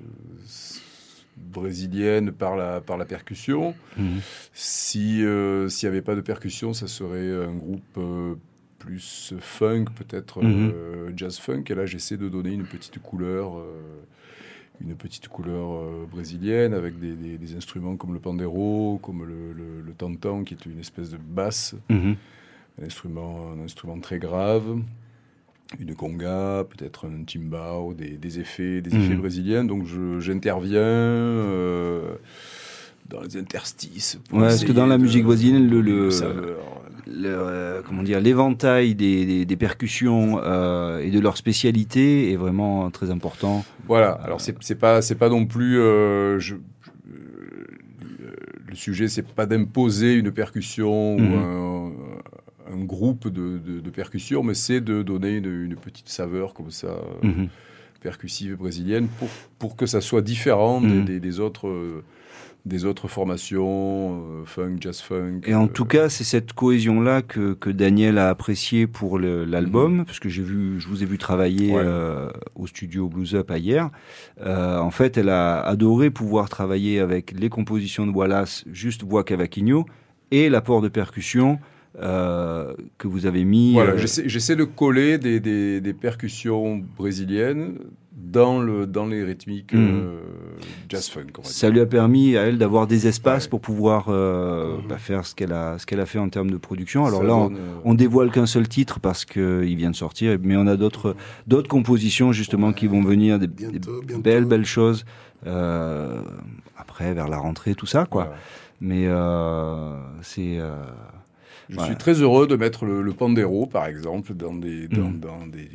[SPEAKER 4] brésilienne par la, par la percussion. Mmh. Si, euh, s'il n'y avait pas de percussion, ça serait un groupe euh, plus funk, peut-être mmh. euh, jazz-funk. Et là, j'essaie de donner une petite couleur... Euh, une petite couleur euh, brésilienne avec des, des, des instruments comme le pandeiro, comme le, le, le tam-tam, qui est une espèce de basse, mmh. un, instrument, un instrument très grave, une conga, peut-être un timbao, des, des effets, des mmh. effets brésiliens. Donc je, j'interviens euh, dans les interstices.
[SPEAKER 1] Ouais, parce que dans la musique brésilienne, le, le, le, le euh, comment dire, l'éventail des, des, des percussions euh, et de leur spécialité est vraiment très important.
[SPEAKER 4] Voilà. Alors c'est, c'est pas c'est pas non plus euh, je, je, le sujet, c'est pas d'imposer une percussion mmh. ou un, un groupe de, de, de percussions, mais c'est de donner une, une petite saveur comme ça mmh. percussive brésilienne pour pour que ça soit différent mmh. des, des, des autres. Euh, des autres formations, euh, funk, jazz-funk.
[SPEAKER 1] Et en
[SPEAKER 4] euh...
[SPEAKER 1] tout cas, c'est cette cohésion-là que, que Daniel a appréciée pour le, l'album, mmh. parce que j'ai vu, je vous ai vu travailler ouais. euh, au studio Blues Up hier. Euh, en fait, elle a adoré pouvoir travailler avec les compositions de Wallace, juste voix cavaquinho, et l'apport de percussion euh, que vous avez mis.
[SPEAKER 4] Voilà,
[SPEAKER 1] euh...
[SPEAKER 4] j'essaie, j'essaie de coller des, des, des percussions brésiliennes dans, le, dans les rythmiques mmh. euh, jazz-funk.
[SPEAKER 1] Ça lui a permis à elle d'avoir des espaces ouais. pour pouvoir euh, mmh. bah, faire ce qu'elle, a, ce qu'elle a fait en termes de production. Alors ça là, donne, on, on dévoile qu'un seul titre parce qu'il vient de sortir, mais on a d'autres, d'autres compositions justement ouais. qui vont venir, des, bientôt, des bientôt. belles, belles choses. Euh, après, vers la rentrée, tout ça, quoi. Ouais. Mais euh, c'est... Euh,
[SPEAKER 4] Je
[SPEAKER 1] ouais.
[SPEAKER 4] suis très heureux de mettre le, le pandeiro, par exemple, dans des... Dans, mmh. dans des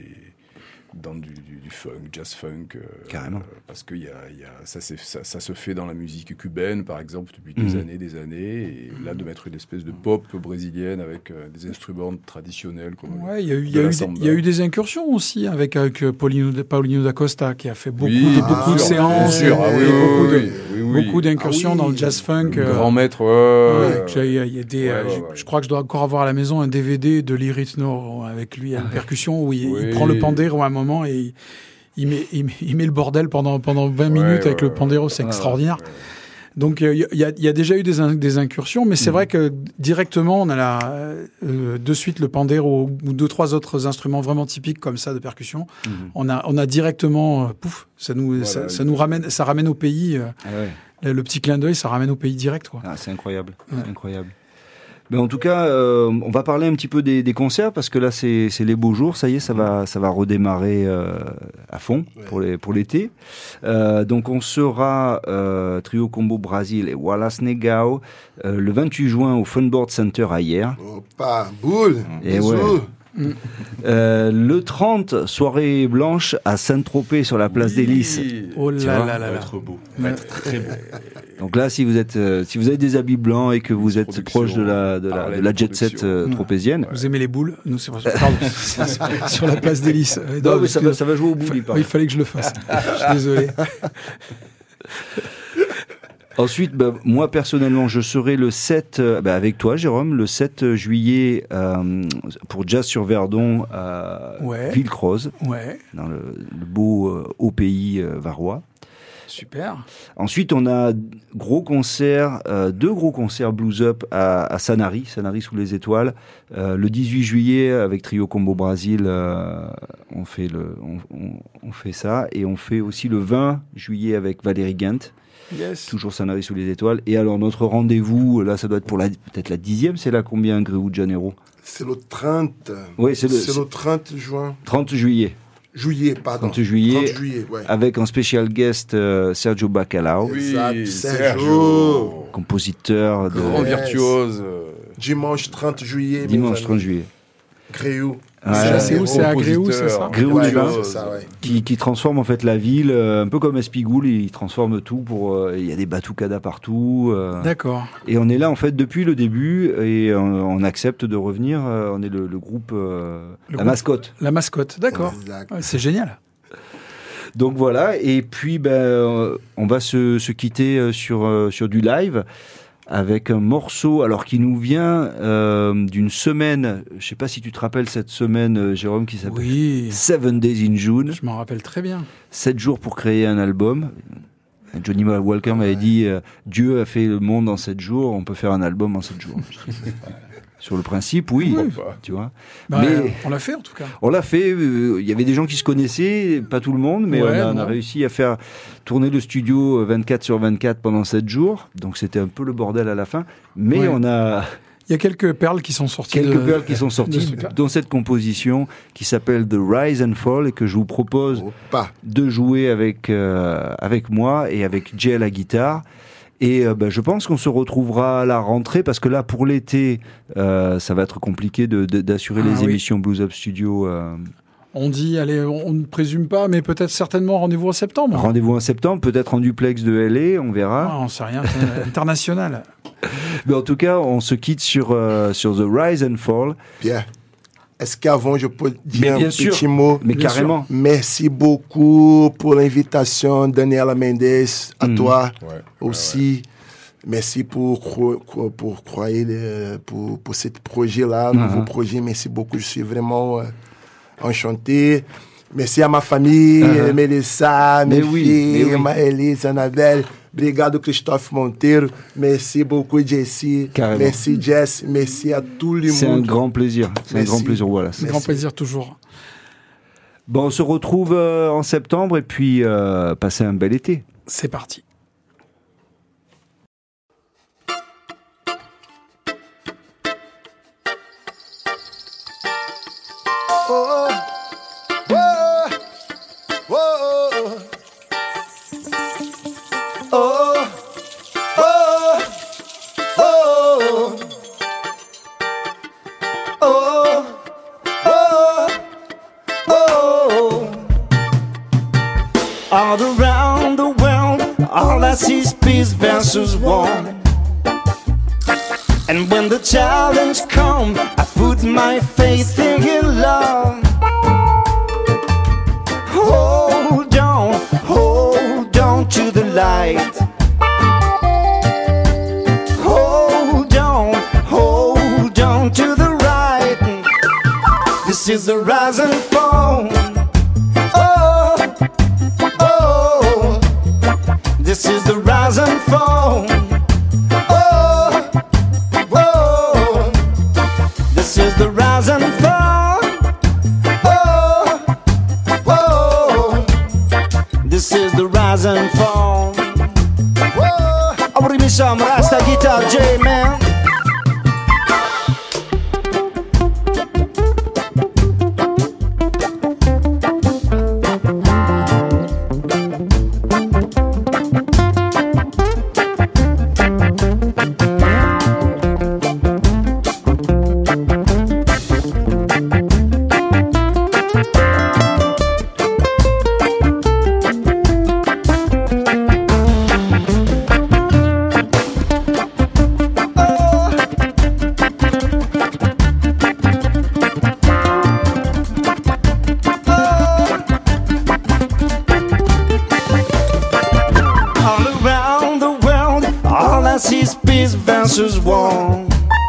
[SPEAKER 4] dans du, du, du funk, jazz-funk. Euh,
[SPEAKER 1] Carrément.
[SPEAKER 4] Euh, parce que y a, y a, ça, c'est, ça, ça se fait dans la musique cubaine, par exemple, depuis des mmh. années, des années. Et là, de mettre une espèce de pop brésilienne avec euh, des instruments traditionnels. Comme
[SPEAKER 3] ouais, il y a eu, y a eu des, y a eu des incursions aussi avec, avec Paulinho, Paulinho da Costa, qui a fait beaucoup,
[SPEAKER 4] oui,
[SPEAKER 3] de,
[SPEAKER 4] ah,
[SPEAKER 3] beaucoup de
[SPEAKER 4] sûr,
[SPEAKER 3] séances.
[SPEAKER 4] Sûr, ah, oui,
[SPEAKER 3] beaucoup,
[SPEAKER 4] oui,
[SPEAKER 3] de,
[SPEAKER 4] oui, oui, oui.
[SPEAKER 3] beaucoup d'incursions ah, oui. dans le jazz-funk.
[SPEAKER 4] Le grand maître, ouais.
[SPEAKER 3] ouais, ouais, ouais. Y a des,
[SPEAKER 4] ouais,
[SPEAKER 3] euh,
[SPEAKER 4] ouais,
[SPEAKER 3] je,
[SPEAKER 4] ouais.
[SPEAKER 3] je crois que je dois encore avoir à la maison un D V D de Lee Ritenour avec lui à une percussion où il, oui. il prend le pandeiro à un moment et il, il, met, il, met, il met le bordel pendant, pendant vingt minutes ouais, avec ouais, le pandeiro, c'est ouais, extraordinaire. Ouais. Donc il euh, y, y, y a déjà eu des, in, des incursions, mais c'est mmh. vrai que directement on a la, euh, de suite le pandeiro ou deux trois autres instruments vraiment typiques comme ça de percussion. Mmh. On a on a directement euh, pouf, ça nous voilà, ça, ça nous ramène ça ramène au pays. Euh, ah ouais. le, le petit clin d'œil, ça ramène au pays direct quoi.
[SPEAKER 1] Ah, c'est incroyable, ouais. c'est incroyable. Mais en tout cas, euh, on va parler un petit peu des, des concerts parce que là, c'est, c'est les beaux jours. Ça y est, ça va, ça va redémarrer euh, à fond ouais. pour, les, pour l'été. Euh, donc, on sera euh, Trio Combo Brasil et Wallace Negao euh, le vingt-huit juin au Funboard Center à Hier.
[SPEAKER 2] Opa, boule.
[SPEAKER 1] Et ouais. Euh, le trente, soirée blanche à Saint-Tropez sur la place oui. des Lys.
[SPEAKER 3] Oh là là là là.
[SPEAKER 6] Trop beau. Ouais. Très beau.
[SPEAKER 1] Donc là, si vous êtes, euh, si vous avez des habits blancs et que vous êtes proche de la, de la, de la jet set euh, tropézienne.
[SPEAKER 3] Ouais. Vous aimez les boules? Nous, c'est pardon, sur la place des Lys.
[SPEAKER 1] Non, non mais ça va, ça va jouer au boule.
[SPEAKER 3] Fa- il fallait que je le fasse. Je suis désolé.
[SPEAKER 1] Ensuite, bah, moi personnellement, je serai le sept, euh, bah, avec toi Jérôme, le sept juillet euh, pour Jazz sur Verdon à
[SPEAKER 3] ouais.
[SPEAKER 1] Villecroze,
[SPEAKER 3] ouais.
[SPEAKER 1] dans le, le beau euh, haut pays euh, varois.
[SPEAKER 3] Super.
[SPEAKER 1] Ensuite, on a gros concerts, euh, deux gros concerts Blues Up à, à Sanary, Sanary sous les étoiles. Euh, le dix-huit juillet avec Trio Combo Brasil, euh, on fait le, on, on, on fait ça, et on fait aussi le vingt juillet avec Valérie Gant.
[SPEAKER 3] Yes.
[SPEAKER 1] Toujours Sanary sous les étoiles. Et alors notre rendez-vous, là ça doit être pour la, peut-être la dixième, c'est là combien, Rio de Janeiro?
[SPEAKER 2] C'est le trente.
[SPEAKER 1] Oui, c'est le,
[SPEAKER 2] c'est le trente juin.
[SPEAKER 1] trente juillet.
[SPEAKER 2] Juillet, pardon.
[SPEAKER 1] trente juillet,
[SPEAKER 2] trente juillet ouais.
[SPEAKER 1] Avec un special guest euh, Sergio Bacalhau.
[SPEAKER 2] Oui, exact, Sergio.
[SPEAKER 1] Compositeur de...
[SPEAKER 4] Grand virtuose.
[SPEAKER 2] Dimanche trente juillet.
[SPEAKER 1] Dimanche trente juillet.
[SPEAKER 2] Gréou.
[SPEAKER 1] Ouais,
[SPEAKER 3] c'est, c'est où, c'est à Gréoux, c'est ça?
[SPEAKER 1] Gréoux
[SPEAKER 2] Ouais,
[SPEAKER 1] du Bain,
[SPEAKER 2] c'est ça, ouais.
[SPEAKER 1] qui, qui transforme en fait la ville, euh, un peu comme Espigoule, il transforme tout pour. euh, Il y a des batucadas partout. euh,
[SPEAKER 3] D'accord.
[SPEAKER 1] et on est là en fait depuis le début et on, on accepte de revenir. euh, on est le, le groupe, euh,
[SPEAKER 3] Le
[SPEAKER 1] la
[SPEAKER 3] groupe.
[SPEAKER 1] mascotte.
[SPEAKER 3] La mascotte, d'accord.
[SPEAKER 2] Exact.
[SPEAKER 3] Ouais, c'est génial.
[SPEAKER 1] Donc voilà, et puis ben, euh, on va se, se quitter euh, sur, euh, sur du live avec un morceau alors qui nous vient euh, d'une semaine, je sais pas si tu te rappelles cette semaine, euh, Jérôme, qui s'appelle
[SPEAKER 3] Oui,
[SPEAKER 1] Seven Days in June,
[SPEAKER 3] je m'en rappelle très bien.
[SPEAKER 1] sept jours pour créer un album. Johnny Walker m'avait dit euh, Dieu a fait le monde en sept jours, on peut faire un album en sept jours. Sur le principe, oui,
[SPEAKER 3] Oui.
[SPEAKER 1] tu vois.
[SPEAKER 3] Bah,
[SPEAKER 1] Mais-
[SPEAKER 3] euh, on l'a fait en tout cas.
[SPEAKER 1] On l'a fait, euh, il y avait des gens qui se connaissaient, pas tout le monde, mais
[SPEAKER 3] Ouais,
[SPEAKER 1] on, a, on a
[SPEAKER 3] bon.
[SPEAKER 1] réussi à faire tourner le studio vingt-quatre sur vingt-quatre pendant sept jours, donc c'était un peu le bordel à la fin, mais
[SPEAKER 3] Ouais.
[SPEAKER 1] on a
[SPEAKER 3] Il y a quelques perles qui sont sorties.
[SPEAKER 1] quelques
[SPEAKER 3] de-
[SPEAKER 1] perles qui sont
[SPEAKER 3] de
[SPEAKER 1] sorties
[SPEAKER 3] ce cas.
[SPEAKER 1] dans cette composition qui s'appelle The Rise and Fall et que je vous propose
[SPEAKER 2] Opa.
[SPEAKER 1] de jouer avec, euh, avec moi et avec Jay à la guitare. Et euh, bah, je pense qu'on se retrouvera à la rentrée parce que là, pour l'été, euh, ça va être compliqué de, de- d'assurer
[SPEAKER 3] Ah,
[SPEAKER 1] les
[SPEAKER 3] oui.
[SPEAKER 1] émissions Blues Up Studio. euh,
[SPEAKER 3] On dit, allez, on on ne présume pas, mais peut-être certainement rendez-vous en septembre.
[SPEAKER 1] Rendez-vous en septembre, peut-être en duplex de L A, on verra.
[SPEAKER 3] Ah, on sait rien, c'est international.
[SPEAKER 1] Mais en tout cas, on se quitte sur, euh, sur The Rise and Fall.
[SPEAKER 2] Pierre, est-ce qu'avant je peux
[SPEAKER 1] Mais
[SPEAKER 2] dire un
[SPEAKER 1] bien
[SPEAKER 2] petit
[SPEAKER 1] sûr.
[SPEAKER 2] mot?
[SPEAKER 1] Mais
[SPEAKER 3] Bien
[SPEAKER 1] carrément.
[SPEAKER 2] Merci beaucoup pour l'invitation, Daniela Mendes, à
[SPEAKER 1] Mm.
[SPEAKER 2] toi
[SPEAKER 4] Ouais, ouais,
[SPEAKER 2] aussi. Merci pour, cro- cro- pour croire euh, pour, pour ce projet-là,
[SPEAKER 1] Uh-huh.
[SPEAKER 2] nouveau projet. Merci beaucoup. Je suis vraiment euh, enchanté. Merci à ma famille,
[SPEAKER 1] Uh-huh.
[SPEAKER 2] Melissa,
[SPEAKER 1] Mais
[SPEAKER 2] mes
[SPEAKER 1] oui,
[SPEAKER 2] filles,
[SPEAKER 1] mais oui.
[SPEAKER 2] Maëlys, Annabelle. Obrigado, Christophe Monteiro. Merci beaucoup, Jessie.
[SPEAKER 1] Carrément.
[SPEAKER 2] Merci, Jess. Merci à tout le
[SPEAKER 1] C'est un
[SPEAKER 2] monde.
[SPEAKER 1] grand plaisir. C'est un
[SPEAKER 2] Merci.
[SPEAKER 1] grand plaisir. Voilà.
[SPEAKER 3] C'est un grand plaisir toujours.
[SPEAKER 1] Bon, on se retrouve euh, en septembre et puis euh, passez un bel été.
[SPEAKER 3] C'est parti.
[SPEAKER 5] Oh, oh, oh, oh, oh, oh, oh, oh, oh. All around the world, all I see is peace versus war. And when the challenge comes, I put my faith in love. Hold on, hold on to the light. Hold on, hold on to the right. This is the rise and fall. Oh, oh, this is the rise and fall. Oh, oh, this is the rise and fall. Oh, oh, this is the rise and fall. Oh, I would give me some Rasta guitar, J man. All around the world, all I see is peace versus war.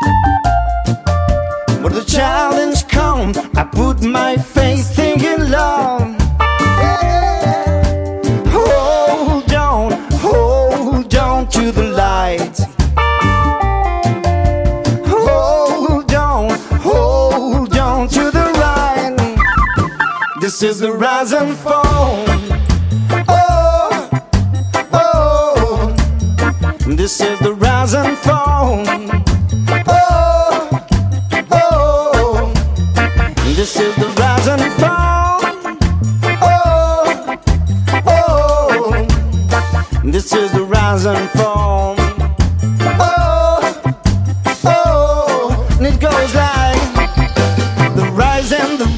[SPEAKER 5] When the challenge comes, I put my faith in love. Hold on, hold on to the light. Hold on, hold on to the right. This is the rise and fall. Oh, oh, this is the rise and fall. Oh, oh, this is the rise and fall. Oh, oh, this is the rise and fall. Oh, oh, and it goes like the rise and the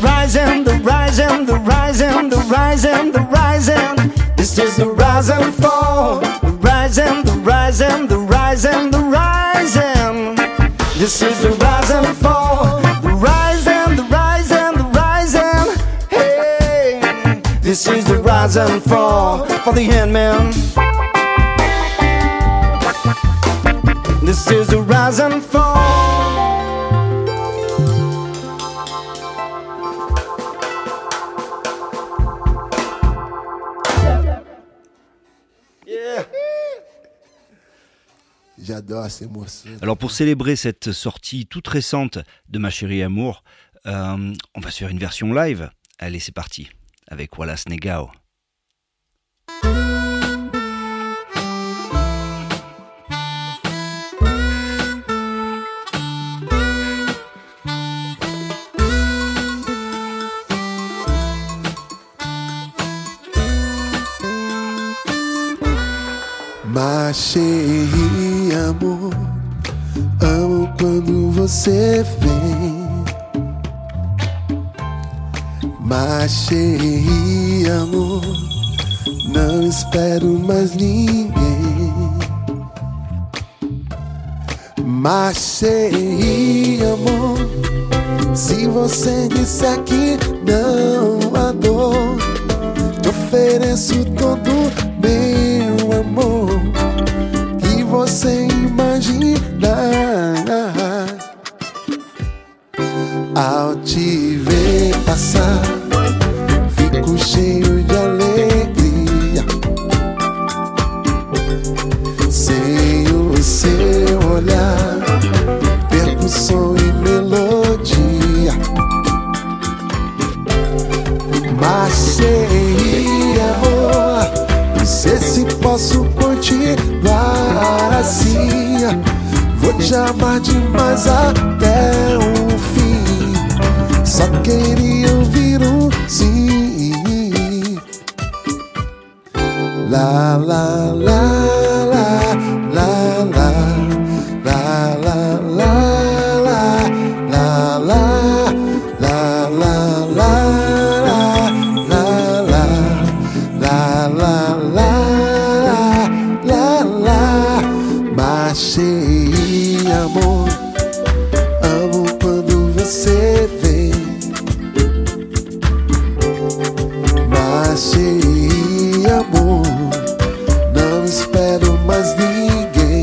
[SPEAKER 5] rise and the rise and this is the rise and fall. The rise and the rise and the rise and the rise and this is the rise and fall. The rise and the rise and the rise and hey, this is the rise and fall for the Handman. This is the rise and fall.
[SPEAKER 2] J'adore ces morceaux.
[SPEAKER 1] Alors pour célébrer cette sortie toute récente de Ma Chérie Amour, euh, on va se faire une version live. Allez, c'est parti, avec Wallace Negao.
[SPEAKER 5] Ma chérie, amor, amo quando você vem. Ma chérie, amor, não espero mais ninguém. Ma chérie, amor, se você disser que não há dor, te ofereço todo meu amor que você imagina. Ao te ver passar, fico cheio de alegria. Sem o seu olhar, perco som e melodia. Mas sei, amor, não sei se posso continuar assim. Vou te amar demais até o fim. Só queria ouvir um sim. La la la la la la la la la la la la la la la la. Mas sei, amor, amo quando você vem. Mas sei, amor, não espero mais ninguém.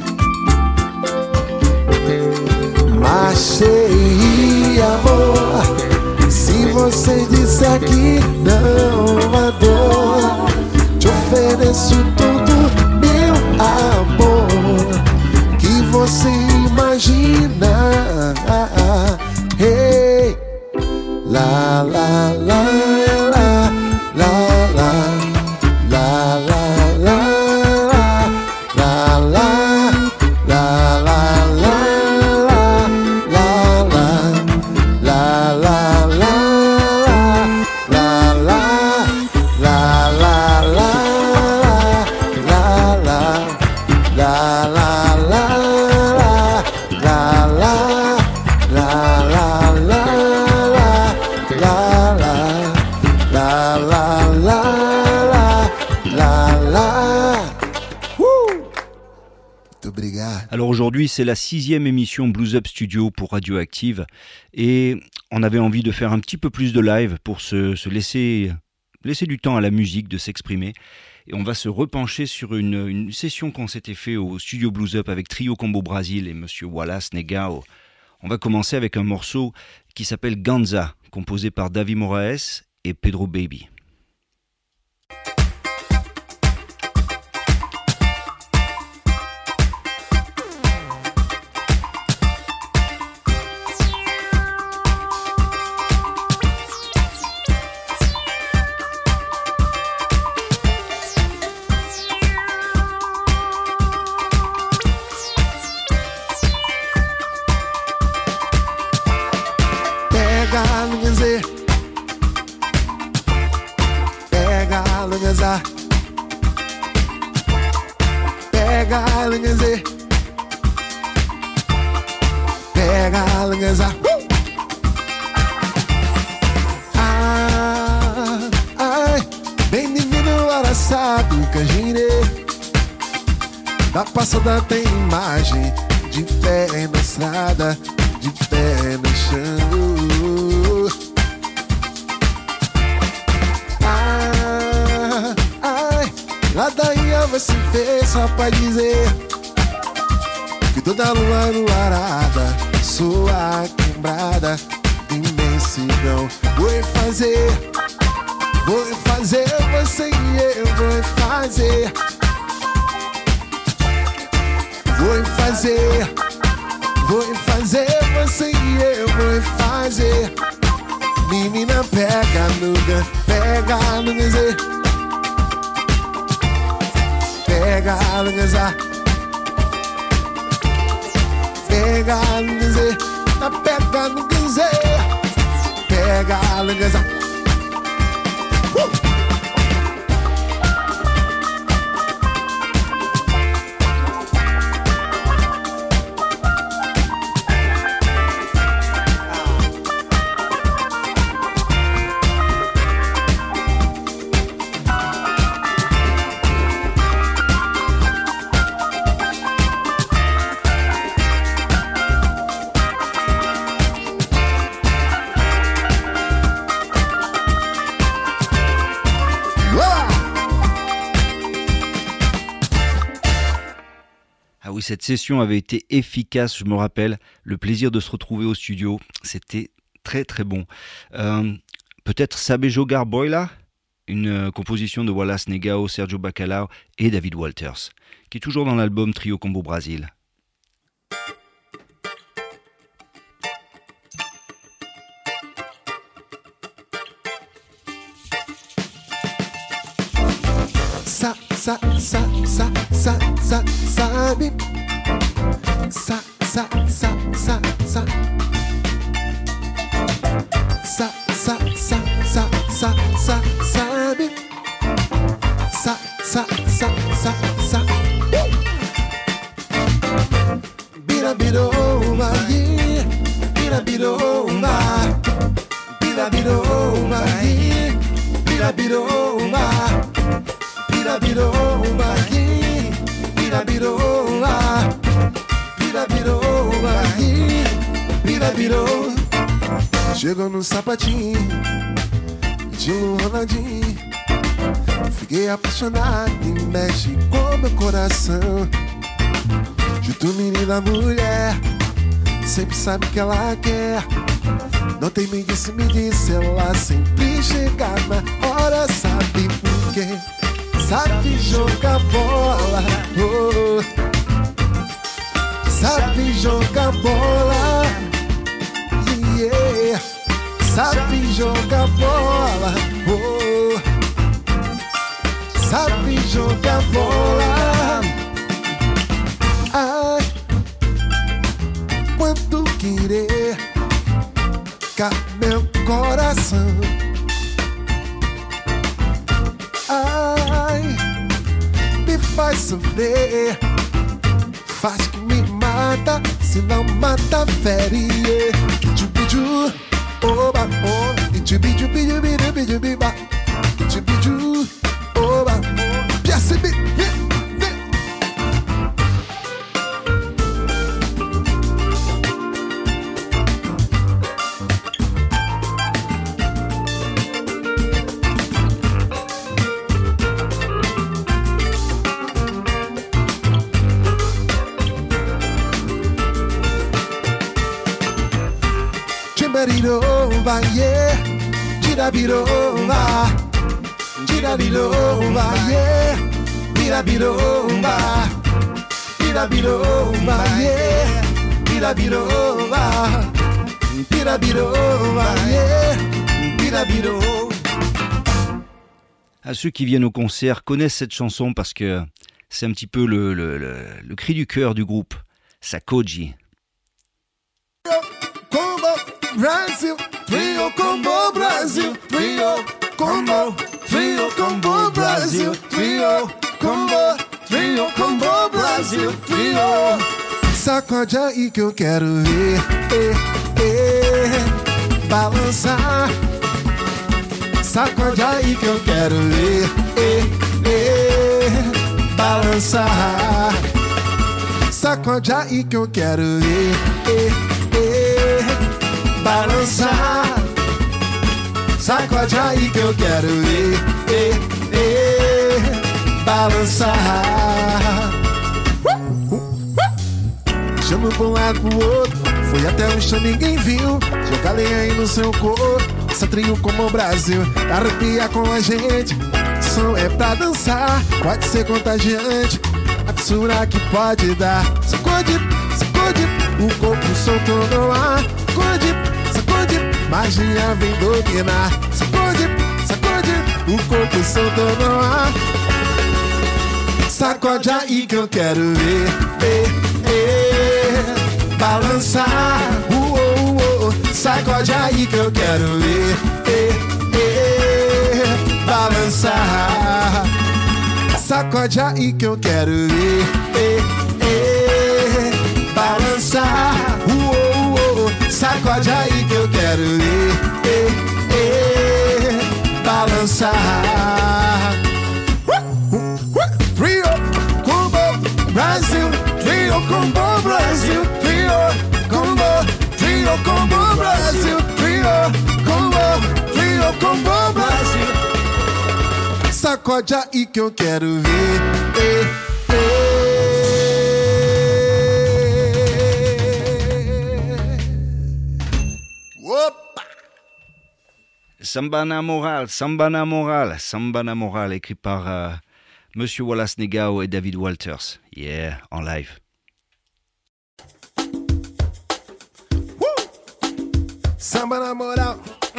[SPEAKER 5] Mas sei, amor, se você disser que não há dor, te ofereço todo meu amor que você imagina. Hey, la la la la la la la la la la la la la
[SPEAKER 1] Alors aujourd'hui, c'est la sixième émission Blues Up Studio pour Radioactive et on avait envie de faire un petit peu plus de live pour se, se laisser, laisser du temps à la musique de s'exprimer. Et on va se repencher sur une, une session qu'on s'était fait au studio Blues Up avec Trio Combo Brasil et Monsieur Wallace Negao. On va commencer avec un morceau qui s'appelle Ganza, composé par Davi Moraes et Pedro Baby.
[SPEAKER 5] Pega a lingueza, pega a lingueza. Ah, ah,
[SPEAKER 7] passada tem imagem de pé na estrada, de pé no chão. Ah, ai, ladainha você fez só pra dizer que toda lua luarada, sua quebrada de imensidão. Vou fazer, vou fazer você e eu vou fazer. Vou fazer, vou fazer você e eu vou fazer. Menina, pega no gan, pega no ganzê, pega no ganzá, pega no ganzê, pega no ganzê, pega no ganzá. Uh!
[SPEAKER 1] Oui, cette session avait été efficace, je me rappelle. Le plaisir de se retrouver au studio, c'était très très bon. Euh, peut-être Sabejo Garboila, une euh, composition de Wallace Negao, Sergio Bacalhau et David Walters, qui est toujours dans l'album Trio Combo Brasil.
[SPEAKER 7] Sa, sa, sa, sa, sa, sa, sabe. Sa, sa, sa, sa, sa. Sa, sa, sa, sa, sa, sa, sabe. Sa, sa, sa, sa, sa. Bira, biroma, yeah. Bira, biroma. Bira, biroma, yeah. Bira, biroma. Bira, biroma, yeah. Bira, biroma. Bira, biroma, yeah. Bira, biroma. Chegou no sapatinho de um Ronaldinho. Fiquei apaixonado e mexe com meu coração. Junto menina, mulher, sempre sabe o que ela quer. Não tem me disse, me disse, ela sempre chega na hora. Sabe por quê? Sabe jogar bola, oh. Sabe jogar bola, yeah. Sabe jogar bola, oh. Sabe jogar bola. Ai, quanto querer cá meu coração. Ai, me faz sofrer, faz que me mata, se não mata, fere. Tchubiju, oba, oh, tchubiju, biju, biju, biju, biba. Tchubiju, oba, oh, piace, bi, bi, bi. Chimbarirova, yeah. Girabirova, girabirova, yeah. Girabirova, girabirova, yeah. Girabirova, girabirova, yeah. Girabirova.
[SPEAKER 1] À ceux qui viennent au concert connaissent cette chanson parce que c'est un petit peu le, le, le, le cri du cœur du groupe, Sakoji.
[SPEAKER 7] Brasil, Trio Combo Brasil, Trio Combo, Trio Combo Brasil, Trio Combo, Trio Combo Brasil, Trio. Sacode aí que eu quero ver, eh, eh, balançar. Sacode aí que eu quero ver, eh, eh, balançar. Sacode aí que eu quero ver, eh, eh, balançar. Sacode aí que eu quero ver, eh, eh, balançar. Uh, uh, uh. Chama pra um lado pro outro, foi até o chão, ninguém viu. Joga lenha aí no seu corpo, essa trio como o Brasil. Arrepia com a gente, som é pra dançar. Pode ser contagiante, a fissura que pode dar. Sacode, sacode, o corpo solto no ar. Sacode, sacode, magia vem dominar. Sacode, sacode, o corpo solto no ar. Sacode aí que eu quero ver, eh, eh, balançar. Uh, uh, uh, sacode aí que eu quero ver, eh, eh, balançar. Sacode aí que eu quero ver, eh, eh, balançar. Uh, uh, uh, sacode aí que eu quero ver, eh, eh, balançar. Rio, Combo, Brasil, Rio, Combo, Brasil, Rio, Combo, Rio, Combo, Brasil, Rio, Combo, Rio, Combo, Brasil. Sacode aí que eu quero ver, eh, eh. Opa!
[SPEAKER 1] Samba na Moral, Samba na Moral, Samba na Moral, écrit par euh, Monsieur Wallace Negao et David Walters. Yeah, en live.
[SPEAKER 7] Samba na moral.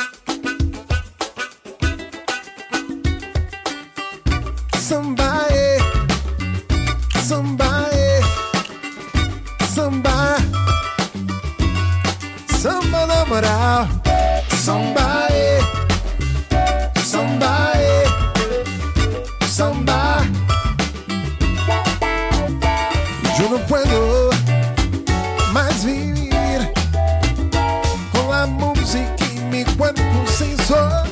[SPEAKER 7] Samba, eh. Samba, eh. Samba. Samba na moral. Samba, eh. Samba, eh. Samba. Yo no puedo más vivir con la música y mi cuerpo sin sol.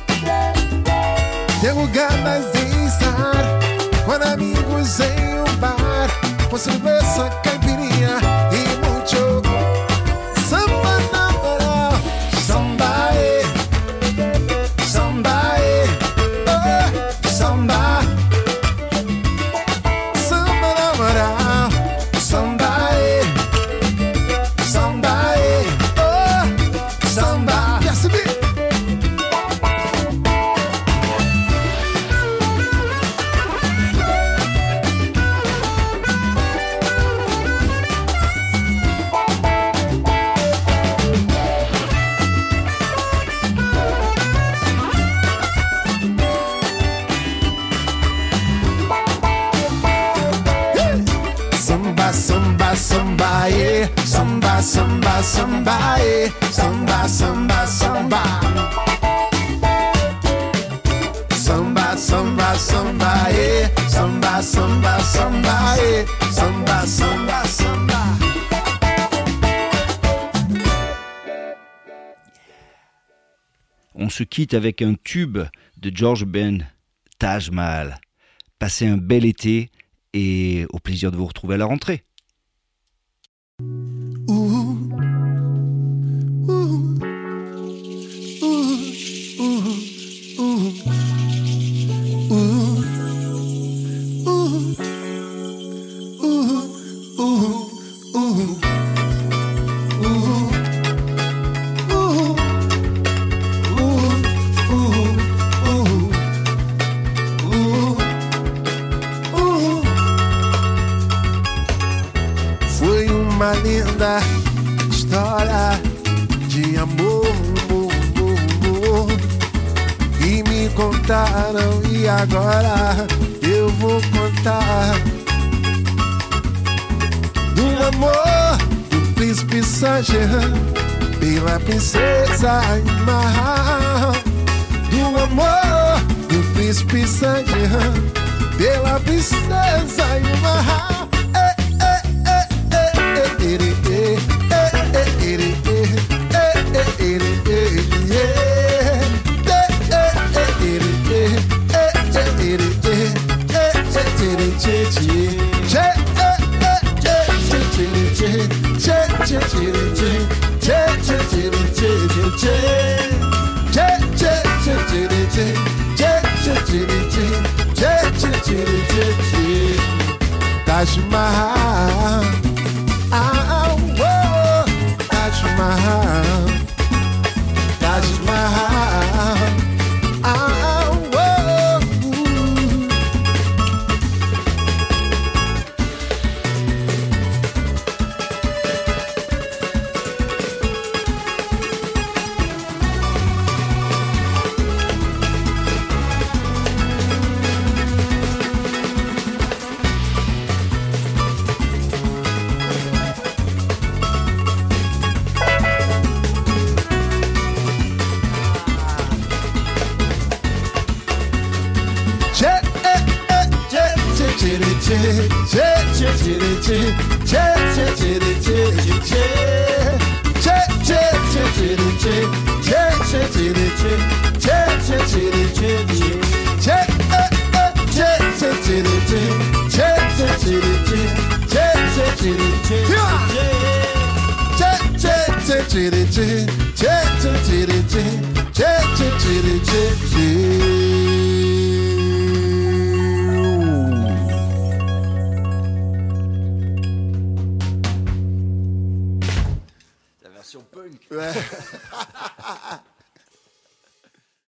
[SPEAKER 7] Tengo ganas de estar con amigos en un bar, con cerveza, caipirinha y mucho samba na moral. Samba, eh. Samba, eh. Oh, samba. Samba na moral. Samba, eh. Samba, eh. Oh, samba. Yes, me. Samba, samba, samba, yeah. Samba, samba, samba, yeah. Samba, samba, samba. Samba, samba, samba, yeah. Samba, samba, samba, yeah. Samba, samba, samba.
[SPEAKER 1] On se quitte avec un tube de George Ben, Taj Mahal. Passez un bel été et au plaisir de vous retrouver à la rentrée.
[SPEAKER 7] Foi uma linda história de amor, amor, amor, amor. E me contaram e agora eu vou contar do amor do príncipe Saint-Jean pela princesa Imar. Do amor do príncipe Saint-Jean pela princesa Imar. Taj Mahal. Ah, whoa, Taj Mahal. Taj Mahal. Ah, whoa.
[SPEAKER 1] La version punk.
[SPEAKER 7] Ouais.